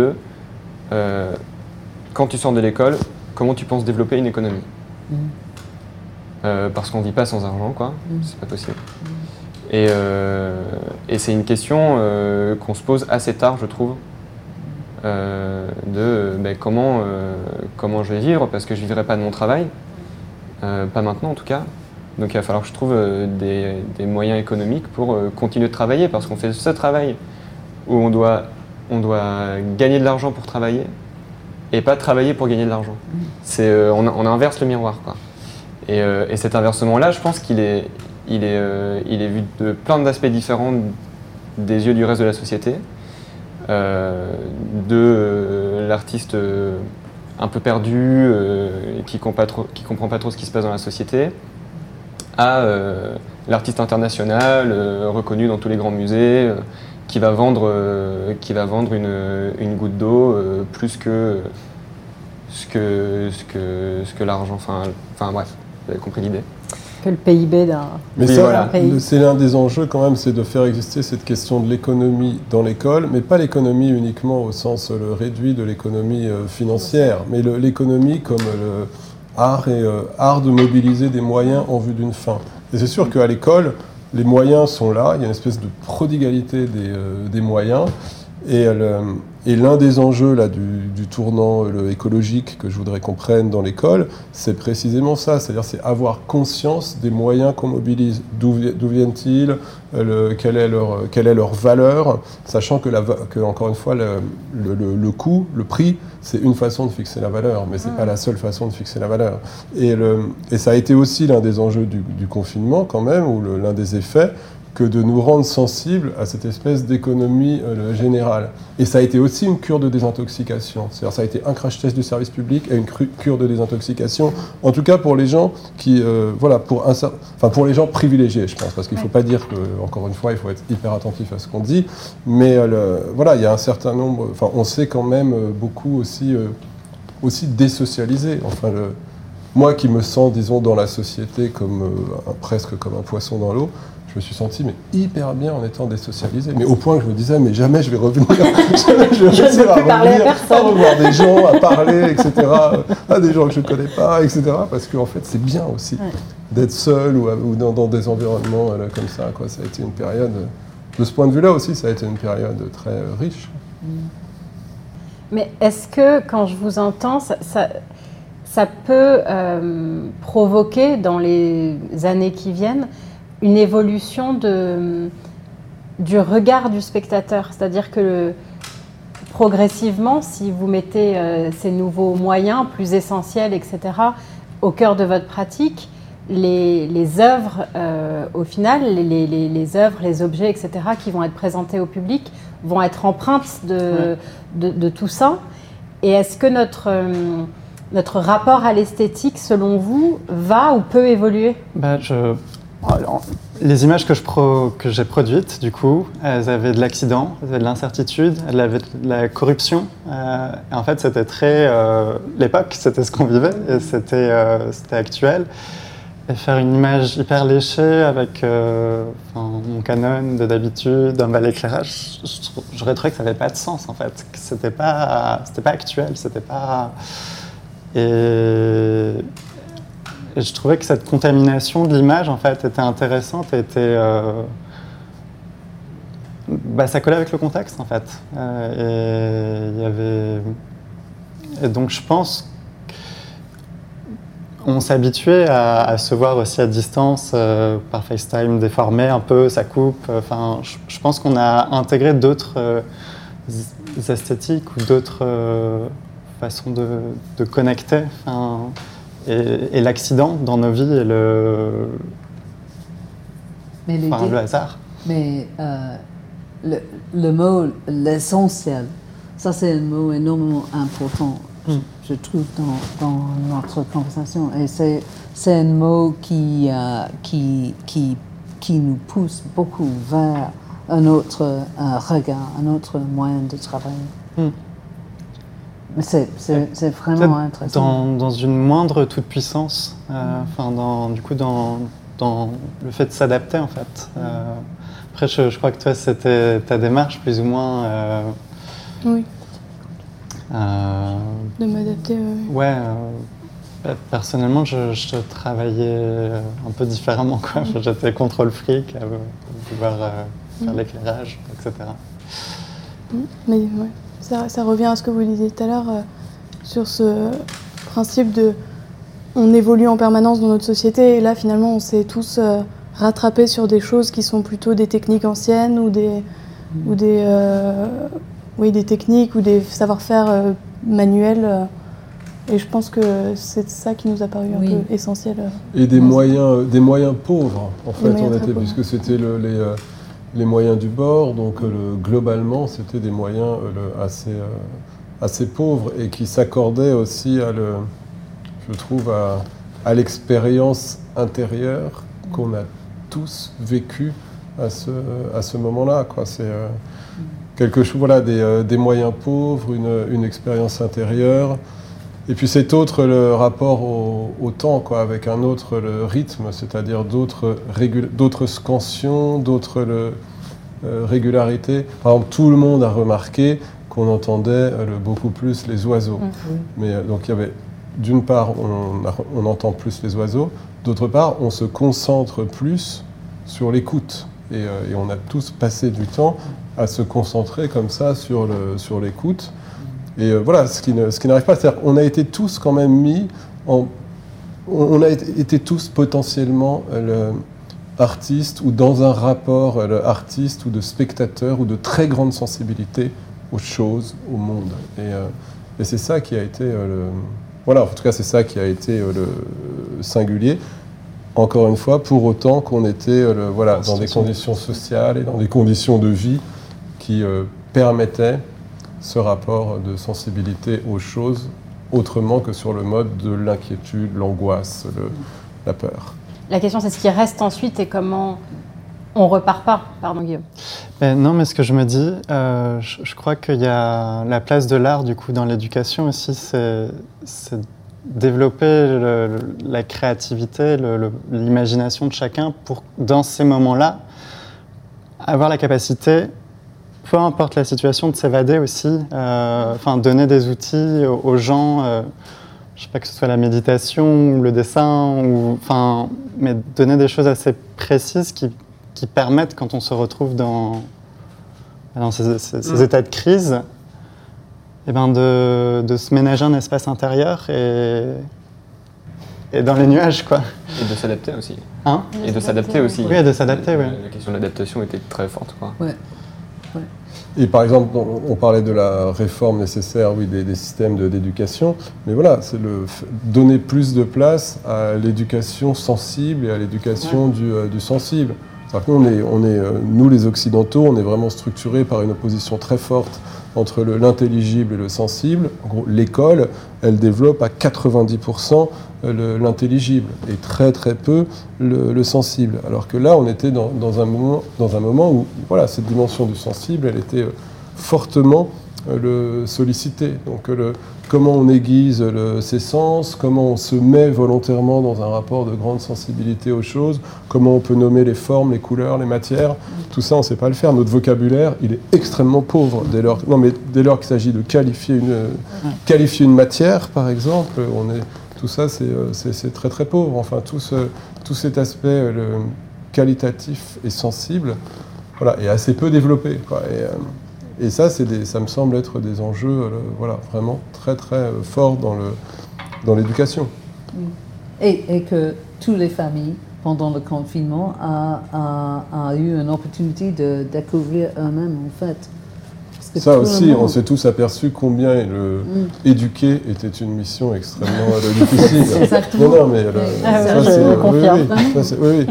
quand tu sors de l'école, comment tu penses développer une économie ? Parce qu'on ne vit pas sans argent, quoi, c'est pas possible. Et c'est une question qu'on se pose assez tard, je trouve, comment je vais vivre, parce que je ne vivrai pas de mon travail, pas maintenant en tout cas. Donc il va falloir que je trouve des moyens économiques pour continuer de travailler, parce qu'on fait ce travail où on doit gagner de l'argent pour travailler et pas travailler pour gagner de l'argent. On inverse le miroir, quoi. Et cet inversement-là, je pense qu'il est vu de plein d'aspects différents des yeux du reste de la société, de l'artiste un peu perdu, qui comprend pas trop ce qui se passe dans la société, à l'artiste international, reconnu dans tous les grands musées, qui va vendre une goutte d'eau plus que ce que l'argent. Enfin bref, vous avez compris l'idée. Que le PIB d'un pays. C'est l'un des enjeux quand même, c'est de faire exister cette question de l'économie dans l'école, mais pas l'économie uniquement au sens le réduit de l'économie financière, mais l'économie comme le art de mobiliser des moyens en vue d'une fin. Et c'est sûr qu'à l'école, les moyens sont là, il y a une espèce de prodigalité des moyens. Et l'un des enjeux là, du tournant écologique que je voudrais qu'on prenne dans l'école, c'est précisément ça, c'est-à-dire c'est avoir conscience des moyens qu'on mobilise, d'où viennent-ils, quelle est leur valeur, sachant que encore une fois, le coût, le prix, c'est une façon de fixer la valeur, mais c'est pas la seule façon de fixer la valeur. Et ça a été aussi l'un des enjeux du confinement quand même, ou l'un des effets, que de nous rendre sensibles à cette espèce d'économie générale. Et ça a été aussi une cure de désintoxication. C'est-à-dire ça a été un crash test du service public et une cure de désintoxication, en tout cas pour les gens qui, pour les gens privilégiés, je pense, parce qu'il ne faut pas dire que, encore une fois, il faut être hyper attentif à ce qu'on dit, mais il y a un certain nombre, on s'est quand même beaucoup aussi désocialisé. Moi qui me sens, disons, dans la société presque comme un poisson dans l'eau, je me suis senti hyper bien en étant désocialisé. Mais au point que je me disais, mais jamais je vais revenir, jamais je vais réussir à revoir des gens, à parler, etc. À des gens que je ne connais pas, etc. Parce qu'en fait, c'est bien aussi d'être seul ou dans des environnements comme ça, quoi. Ça a été une période, de ce point de vue-là aussi, ça a été une période très riche. Mais est-ce que, quand je vous entends, ça peut provoquer, dans les années qui viennent, une évolution du regard du spectateur, c'est-à-dire que progressivement, si vous mettez ces nouveaux moyens plus essentiels, etc., au cœur de votre pratique, les œuvres, au final, les œuvres, les objets, etc., qui vont être présentés au public, vont être empreintes de tout ça. Et est-ce que notre rapport à l'esthétique, selon vous, va ou peut évoluer ? Les images que j'ai produites, du coup, elles avaient de l'accident, elles avaient de l'incertitude, elles avaient de la corruption. Et en fait, c'était très... l'époque, c'était ce qu'on vivait, et c'était actuel. Et faire une image hyper léchée avec mon Canon de d'habitude, un bel éclairage, j'aurais trouvé que ça n'avait pas de sens, en fait. Que c'était pas actuel, c'était pas... Et je trouvais que cette contamination de l'image, en fait, était intéressante et ça collait avec le contexte, en fait. Et donc, je pense qu'on s'est habitué à se voir aussi à distance, par FaceTime, déformé un peu, ça coupe. Je pense qu'on a intégré d'autres esthétiques ou d'autres façons de connecter. Et l'accident dans nos vies et le hasard. Mais le mot, l'essentiel, ça c'est un mot énormément important, je trouve, dans notre conversation. Et c'est un mot qui nous pousse beaucoup vers un autre regard, un autre moyen de travailler. Mais c'est vraiment intéressant. Dans une moindre toute-puissance, dans le fait de s'adapter, en fait. Après, je crois que toi, c'était ta démarche, plus ou moins... oui. De m'adapter, Personnellement, je travaillais un peu différemment, quoi. J'étais contrôle fric, à pouvoir faire l'éclairage, etc. Mais ouais, ça revient à ce que vous disiez tout à l'heure sur ce principe de on évolue en permanence dans notre société et là finalement on s'est tous rattrapés sur des choses qui sont plutôt des techniques anciennes ou des techniques ou des savoir-faire manuels. Et je pense que c'est ça qui nous a paru un peu essentiel. Et des moyens pauvres, en fait, puisque c'était les moyens du bord, donc globalement, c'était des moyens assez pauvres et qui s'accordaient aussi je trouve, à l'expérience intérieure qu'on a tous vécue à ce moment-là, quoi. C'est quelque chose, voilà, des moyens pauvres, une expérience intérieure. Et puis cet autre, le rapport au temps, quoi, avec un autre le rythme, c'est-à-dire d'autres scansions, d'autres régularités. Par exemple, tout le monde a remarqué qu'on entendait beaucoup plus les oiseaux. Mais donc il y avait, d'une part, on entend plus les oiseaux, d'autre part, on se concentre plus sur l'écoute. Et on a tous passé du temps à se concentrer comme ça sur l'écoute. Et voilà, ce qui n'arrive pas, c'est-à-dire qu'on a été tous quand même on a été tous potentiellement artistes ou dans un rapport artiste ou de spectateur ou de très grande sensibilité aux choses, au monde. Et c'est ça qui a été voilà, en tout cas c'est ça qui a été le singulier. Encore une fois, pour autant qu'on était voilà, dans des conditions sociales et dans des conditions de vie qui permettaient ce rapport de sensibilité aux choses autrement que sur le mode de l'inquiétude, l'angoisse, la peur. La question, c'est ce qui reste ensuite et comment on repart pas. Pardon, Guillaume. Non, mais ce que je me dis, je crois qu'il y a la place de l'art du coup dans l'éducation aussi, c'est développer la créativité, l'imagination de chacun pour, dans ces moments-là, avoir la capacité, peu importe la situation, de s'évader aussi, donner des outils aux gens, je ne sais pas, que ce soit la méditation ou le dessin, mais donner des choses assez précises qui permettent, quand on se retrouve dans ces états de crise, de se ménager un espace intérieur et dans les nuages, quoi. Et de s'adapter aussi. Hein ? Et de s'adapter aussi. Oui, de s'adapter, oui. La question de l'adaptation était très forte, quoi. Ouais. Et par exemple, on parlait de la réforme nécessaire, oui, des systèmes d'éducation, mais voilà, c'est donner plus de place à l'éducation sensible et à l'éducation du sensible. C'est-à-dire que nous les Occidentaux, on est vraiment structurés par une opposition très forte entre l'intelligible et le sensible. En gros, l'école, elle développe à 90% l'intelligible et très très peu le sensible. Alors que là, on était dans un moment où voilà, cette dimension du sensible, elle était fortement sollicitée. Donc comment on aiguise ses sens, comment on se met volontairement dans un rapport de grande sensibilité aux choses, comment on peut nommer les formes, les couleurs, les matières, tout ça on ne sait pas le faire. Notre vocabulaire, il est extrêmement pauvre dès lors qu'il s'agit de qualifier une matière, par exemple, tout ça c'est très très pauvre. Enfin, tout cet aspect qualitatif et sensible, voilà, est assez peu développé, quoi. Et ça, ça me semble être des enjeux voilà, vraiment très très forts dans l'éducation. Et que toutes les familles, pendant le confinement, a eu une opportunité de découvrir eux-mêmes, en fait. Ça aussi, on s'est tous aperçus combien éduquer était une mission extrêmement difficile. Exactement. Non, mais ça, je confirme. Oui.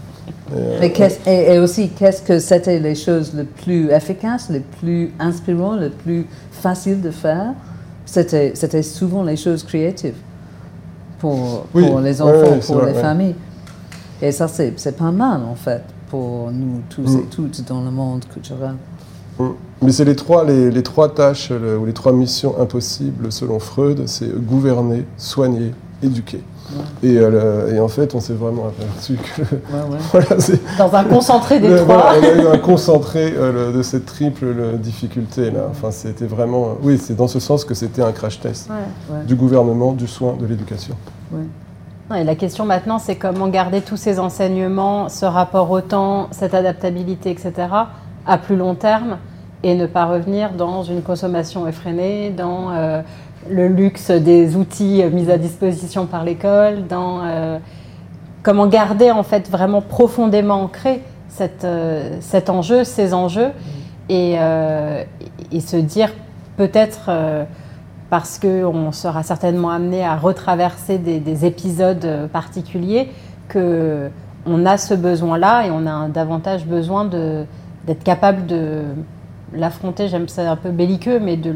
Et aussi, qu'est-ce que c'était les choses les plus efficaces, les plus inspirantes, les plus faciles de faire? C'était souvent les choses créatives pour les enfants, pour les familles. Et ça, c'est pas mal, en fait, pour nous tous et toutes dans le monde culturel. Mais c'est les trois tâches ou les trois missions impossibles selon Freud, c'est gouverner, soigner, éduquer. Et en fait, on s'est vraiment aperçu que voilà, dans un concentré des trois. Voilà, on a eu un concentré de cette triple difficulté là. Enfin, c'était vraiment, oui, c'est dans ce sens que c'était un crash test du gouvernement, du soin, de l'éducation. Et la question maintenant, c'est comment garder tous ces enseignements, ce rapport au temps, cette adaptabilité, etc., à plus long terme, et ne pas revenir dans une consommation effrénée, dans le luxe des outils mis à disposition par l'école, dans comment garder en fait vraiment profondément ancré cet enjeu, ces enjeux, et se dire peut-être, parce qu'on sera certainement amené à retraverser des épisodes particuliers, qu'on a ce besoin-là et on a davantage besoin d'être capable de l'affronter, j'aime ça un peu belliqueux, mais de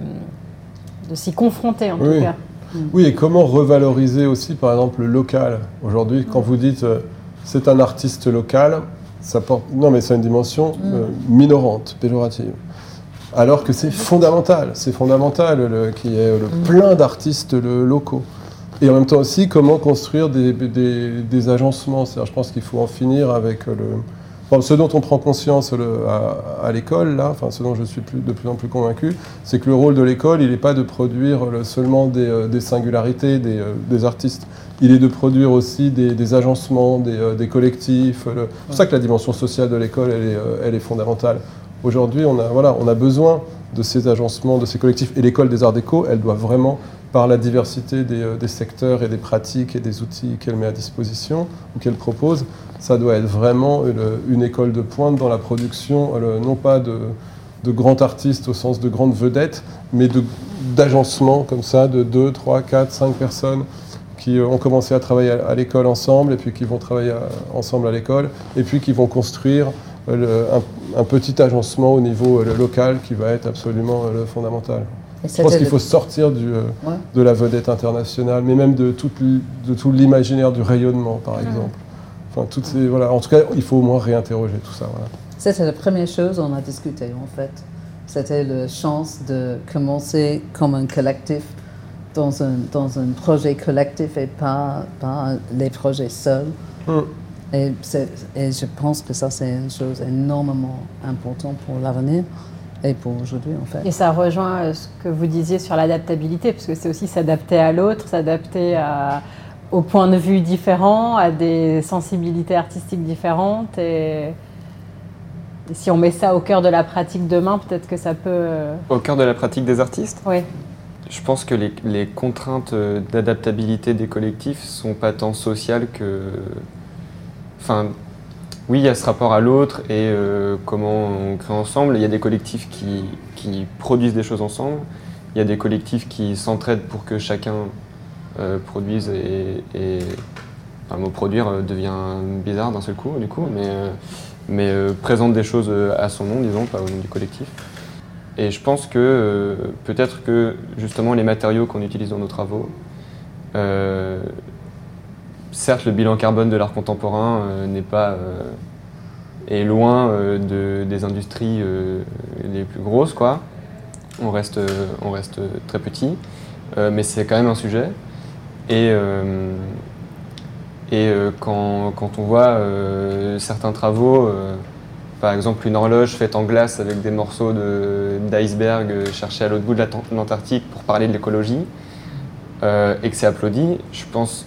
s'y confronter en tout cas. Oui, et comment revaloriser aussi par exemple le local. Aujourd'hui, quand vous dites c'est un artiste local, ça porte... Non, mais c'est une dimension minorante, péjorative. Alors que c'est fondamental qu'il y ait plein d'artistes locaux. Et en même temps aussi, comment construire des agencements. C'est-à-dire, je pense qu'il faut en finir avec ce dont on prend conscience à l'école, là, enfin, ce dont je suis de plus en plus convaincu, c'est que le rôle de l'école, il n'est pas de produire seulement des singularités des artistes. Il est de produire aussi des agencements, des collectifs. C'est pour ça que la dimension sociale de l'école, elle est fondamentale. Aujourd'hui, on a besoin de ces agencements, de ces collectifs. Et l'école des arts déco, elle doit vraiment, par la diversité des secteurs et des pratiques et des outils qu'elle met à disposition ou qu'elle propose, ça doit être vraiment une école de pointe dans la production, non pas de grands artistes au sens de grandes vedettes, mais d'agencements comme ça, de 2, 3, 4, 5 personnes qui ont commencé à travailler à l'école ensemble, et puis qui vont travailler ensemble à l'école, et puis qui vont construire un petit agencement au niveau local qui va être absolument fondamental. Je pense qu'il faut sortir de la vedette internationale, mais même de tout l'imaginaire du rayonnement, par exemple. Enfin, en tout cas, il faut au moins réinterroger tout ça. Voilà. C'était la première chose qu'on a discuté, en fait. C'était la chance de commencer comme un collectif, dans un projet collectif et pas les projets seuls. Et je pense que ça, c'est une chose énormément importante pour l'avenir et pour aujourd'hui, en fait. Et ça rejoint ce que vous disiez sur l'adaptabilité, parce que c'est aussi s'adapter à l'autre, s'adapter aux points de vue différents, à des sensibilités artistiques différentes. Et si on met ça au cœur de la pratique demain, peut-être que ça peut... Au cœur de la pratique des artistes ? Oui. Je pense que les contraintes d'adaptabilité des collectifs sont pas tant sociales que... Enfin, oui, il y a ce rapport à l'autre et comment on crée ensemble. Il y a des collectifs qui produisent des choses ensemble. Il y a des collectifs qui s'entraident pour que chacun produise enfin, le mot produire devient bizarre d'un seul coup, du coup, mais présente des choses à son nom, disons, pas au nom du collectif. Et je pense que peut-être que justement les matériaux qu'on utilise dans nos travaux, certes le bilan carbone de l'art contemporain est loin des industries les plus grosses, quoi. On reste très petit, mais c'est quand même un sujet. Et quand on voit certains travaux, par exemple une horloge faite en glace avec des morceaux d'iceberg cherchés à l'autre bout de l'Antarctique pour parler de l'écologie, et que c'est applaudi, je pense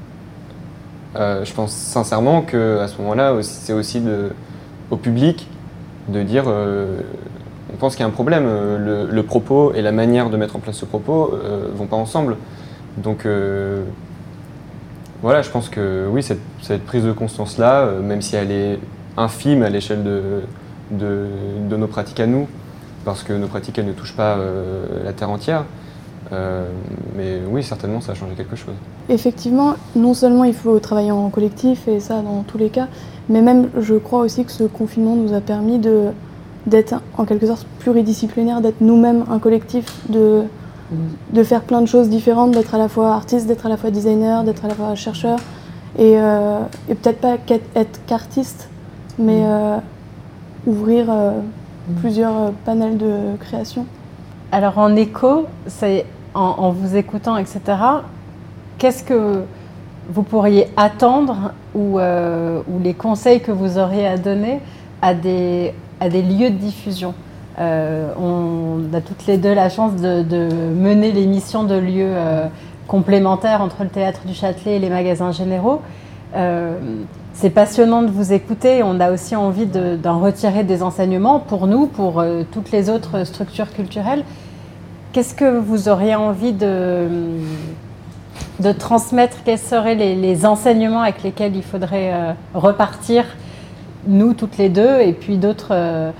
sincèrement qu'à ce moment-là, c'est aussi au public de dire on pense qu'il y a un problème, le propos et la manière de mettre en place ce propos vont pas ensemble. Donc voilà, je pense que oui, cette prise de conscience-là, même si elle est infime à l'échelle de nos pratiques à nous, parce que nos pratiques, elles ne touchent pas la Terre entière, mais oui, certainement, ça a changé quelque chose. Effectivement, non seulement il faut travailler en collectif, et ça dans tous les cas, mais même je crois aussi que ce confinement nous a permis d'être en quelque sorte pluridisciplinaire, d'être nous-mêmes un collectif, de faire plein de choses différentes, d'être à la fois artiste, d'être à la fois designer, d'être à la fois chercheur, et peut-être pas être qu'artiste, mais ouvrir plusieurs panels de création. Alors en écho, en vous écoutant, etc., qu'est-ce que vous pourriez attendre ou les conseils que vous auriez à donner à des lieux de diffusion. On a toutes les deux la chance de mener l'émission de lieux complémentaires entre le Théâtre du Châtelet et les magasins généraux. C'est passionnant de vous écouter. On a aussi envie d'en retirer des enseignements pour nous, pour toutes les autres structures culturelles. Qu'est-ce que vous auriez envie de transmettre? Quels seraient les enseignements avec lesquels il faudrait repartir, nous toutes les deux, et puis d'autres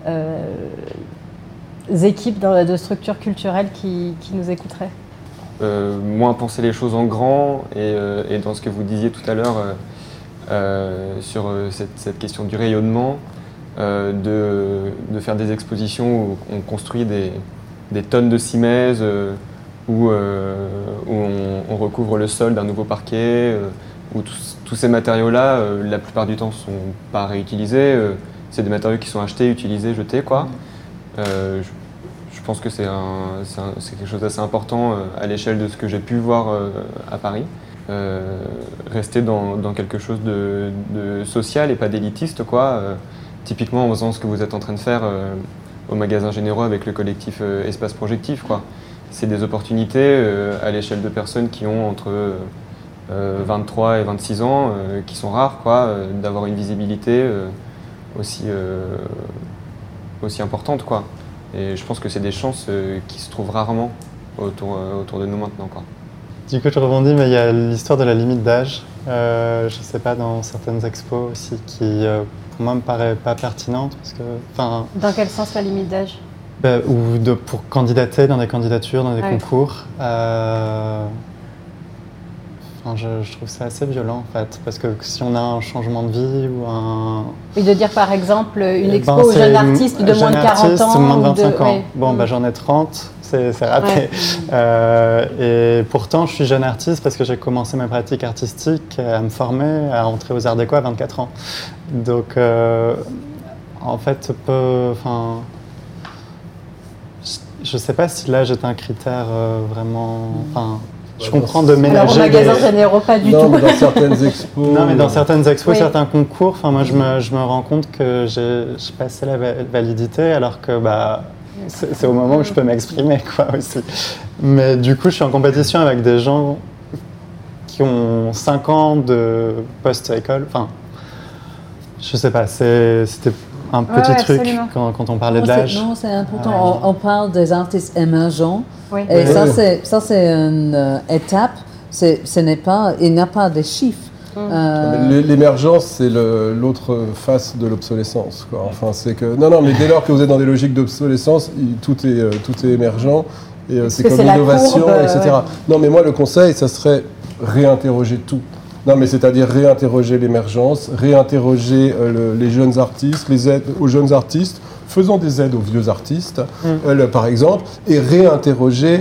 équipes de structures culturelles qui nous écouteraient? Moins penser les choses en grand et dans ce que vous disiez tout à l'heure sur cette question du rayonnement, de faire des expositions où on construit des tonnes de cimaises, où on recouvre le sol d'un nouveau parquet, où tous ces matériaux-là, la plupart du temps, ne sont pas réutilisés. C'est des matériaux qui sont achetés, utilisés, jetés, quoi. Je pense que c'est quelque chose d'assez important à l'échelle de ce que j'ai pu voir à Paris. Rester dans quelque chose de social et pas d'élitiste, quoi. Typiquement en faisant ce que vous êtes en train de faire au magasin généraux avec le collectif Espace Projectif, quoi. C'est des opportunités à l'échelle de personnes qui ont entre 23 et 26 ans, qui sont rares, quoi, d'avoir une visibilité aussi importante, quoi. Et je pense que c'est des chances qui se trouvent rarement autour de nous maintenant, quoi. Du coup, je rebondis, mais il y a l'histoire de la limite d'âge. Je ne sais pas, dans certaines expos aussi, qui pour moi me paraît pas pertinente. Parce que, dans quel sens la limite d'âge? Ou pour candidater dans des candidatures, dans des concours. Je trouve ça assez violent, en fait, parce que si on a un changement de vie ou un... Oui, de dire par exemple une expo aux jeunes artistes de moins de 40 ans. Moins de 25 ans. Bon, j'en ai 30, c'est raté. Et pourtant, je suis jeune artiste parce que j'ai commencé mes pratiques artistiques à me former, à entrer aux Arts Déco à 24 ans. Donc, en fait, je ne sais pas si l'âge est un critère vraiment... Je comprends de ménager. Alors, au magasin généraux, pas du tout. Non, mais dans certaines expos. Non, mais dans certaines expos, certains concours, moi, je me rends compte que j'ai passé la validité, alors que c'est au moment où je peux m'exprimer, quoi, aussi. Mais du coup, je suis en compétition avec des gens qui ont 5 ans de post-école. Je sais pas, c'était un petit truc quand on parlait de l'âge. Non, c'est important. On parle des artistes émergents. Oui. Et ça, c'est une étape. Il n'y a pas de chiffres. L'émergence, c'est l'autre face de l'obsolescence, quoi. Enfin, c'est que non, mais dès lors que vous êtes dans des logiques d'obsolescence, tout est émergent et c'est comme l'innovation, etc. Ouais. Non, mais moi, le conseil, ça serait réinterroger tout. Non, mais c'est-à-dire réinterroger l'émergence, réinterroger les jeunes artistes, les aides aux jeunes artistes. Faisons des aides aux vieux artistes, par exemple, et réinterroger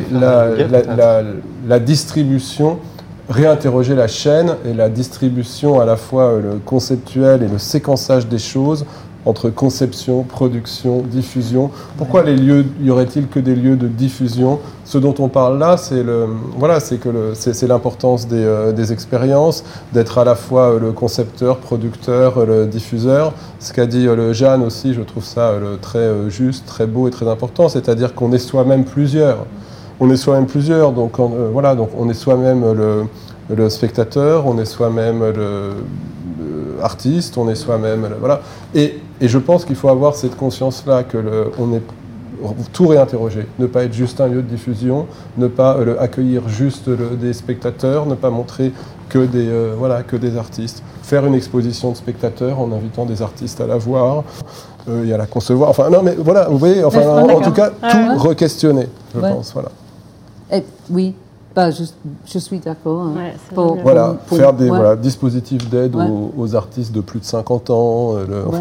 la distribution, réinterroger la chaîne et la distribution à la fois le conceptuel et le séquençage des choses entre conception, production, diffusion. Pourquoi y aurait-il que des lieux de diffusion? Ce dont on parle là, c'est l'importance des expériences, d'être à la fois le concepteur, producteur, le diffuseur. Ce qu'a dit Jeanne aussi, je trouve ça très juste, très beau et très important, c'est-à-dire qu'on est soi-même plusieurs. On est soi-même plusieurs, donc on est soi-même le spectateur, on est soi-même artiste, on est soi-même, voilà. Et je pense qu'il faut avoir cette conscience-là on est tout réinterroger, ne pas être juste un lieu de diffusion, ne pas accueillir juste des spectateurs, ne pas montrer que des artistes. Faire une exposition de spectateurs en invitant des artistes à la voir et à la concevoir. Enfin, non, mais voilà, vous voyez, en tout cas, tout re-questionner, je pense, voilà. Et, oui. Je suis d'accord. Faire des dispositifs d'aide aux artistes de plus de 50 ans,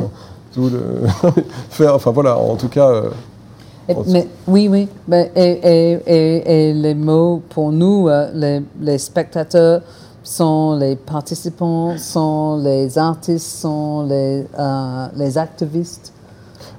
en tout cas... Oui. Et les mots pour nous, les spectateurs sont les participants, sont les artistes, sont les activistes.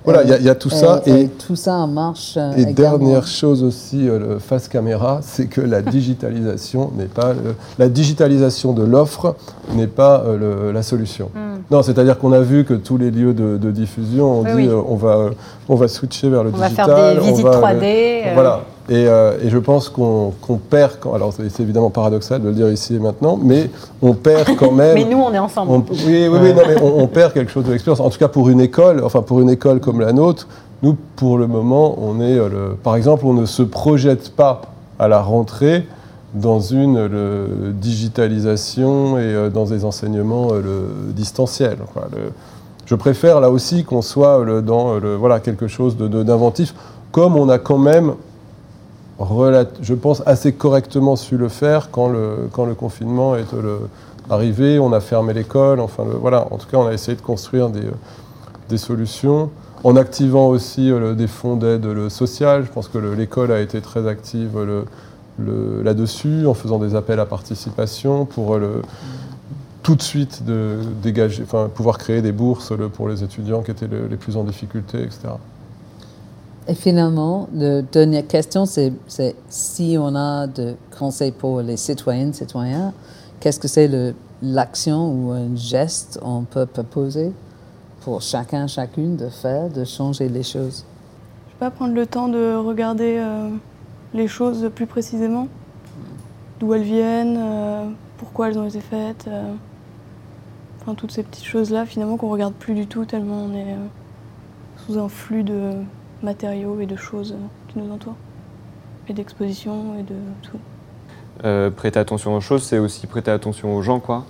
Voilà, il y a tout ça. Et tout ça en marche. Et également. dernière chose aussi, le face caméra, c'est que la digitalisation n'est pas la digitalisation de l'offre n'est pas la solution. Non, c'est-à-dire qu'on a vu que tous les lieux de diffusion ont dit on va switcher vers le digital. On va faire des visites 3D. Voilà. Et je pense qu'on perd, alors c'est évidemment paradoxal de le dire ici et maintenant, mais on perd quand même. Mais nous, on est ensemble. Non, mais on perd quelque chose de l'expérience. En tout cas, pour une école comme la nôtre, nous, pour le moment, par exemple, on ne se projette pas à la rentrée dans une digitalisation et dans des enseignements distanciels. Je préfère là aussi qu'on soit dans quelque chose d'inventif, comme on a quand même, je pense, assez correctement su le faire quand le confinement est arrivé. On a fermé l'école, en tout cas, on a essayé de construire des solutions, en activant aussi des fonds d'aide sociale. Je pense que l'école a été très active là-dessus, en faisant des appels à participation pour tout de suite pouvoir créer des bourses pour les étudiants qui étaient les plus en difficulté, etc. Et finalement, la dernière question, c'est si on a des conseils pour les citoyennes, citoyens, qu'est-ce que c'est l'action ou un geste on peut proposer pour chacun, chacune de faire, de changer les choses? Je ne vais pas prendre le temps de regarder les choses plus précisément, d'où elles viennent, pourquoi elles ont été faites, toutes ces petites choses-là finalement qu'on ne regarde plus du tout tellement on est sous un flux de matériaux et de choses qui nous entourent, et d'expositions et de tout. Prêter attention aux choses, c'est aussi prêter attention aux gens, quoi.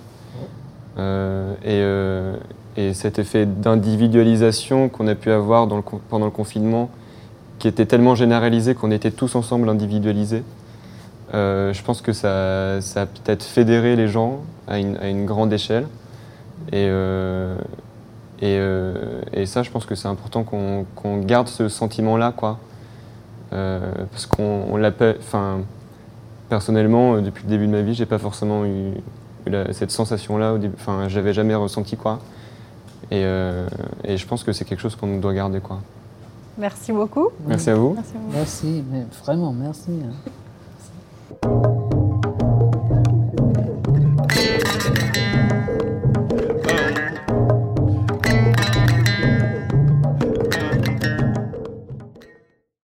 Et cet effet d'individualisation qu'on a pu avoir pendant le confinement, qui était tellement généralisé qu'on était tous ensemble individualisés, je pense que ça a peut-être fédéré les gens à une grande échelle. Et ça, je pense que c'est important qu'on garde ce sentiment-là, quoi. Parce qu'on l'appelle... Personnellement, depuis le début de ma vie, j'ai pas forcément eu cette sensation-là. J'avais jamais ressenti, quoi. Et je pense que c'est quelque chose qu'on doit garder, quoi. Merci beaucoup. Merci à vous. Merci, mais vraiment merci.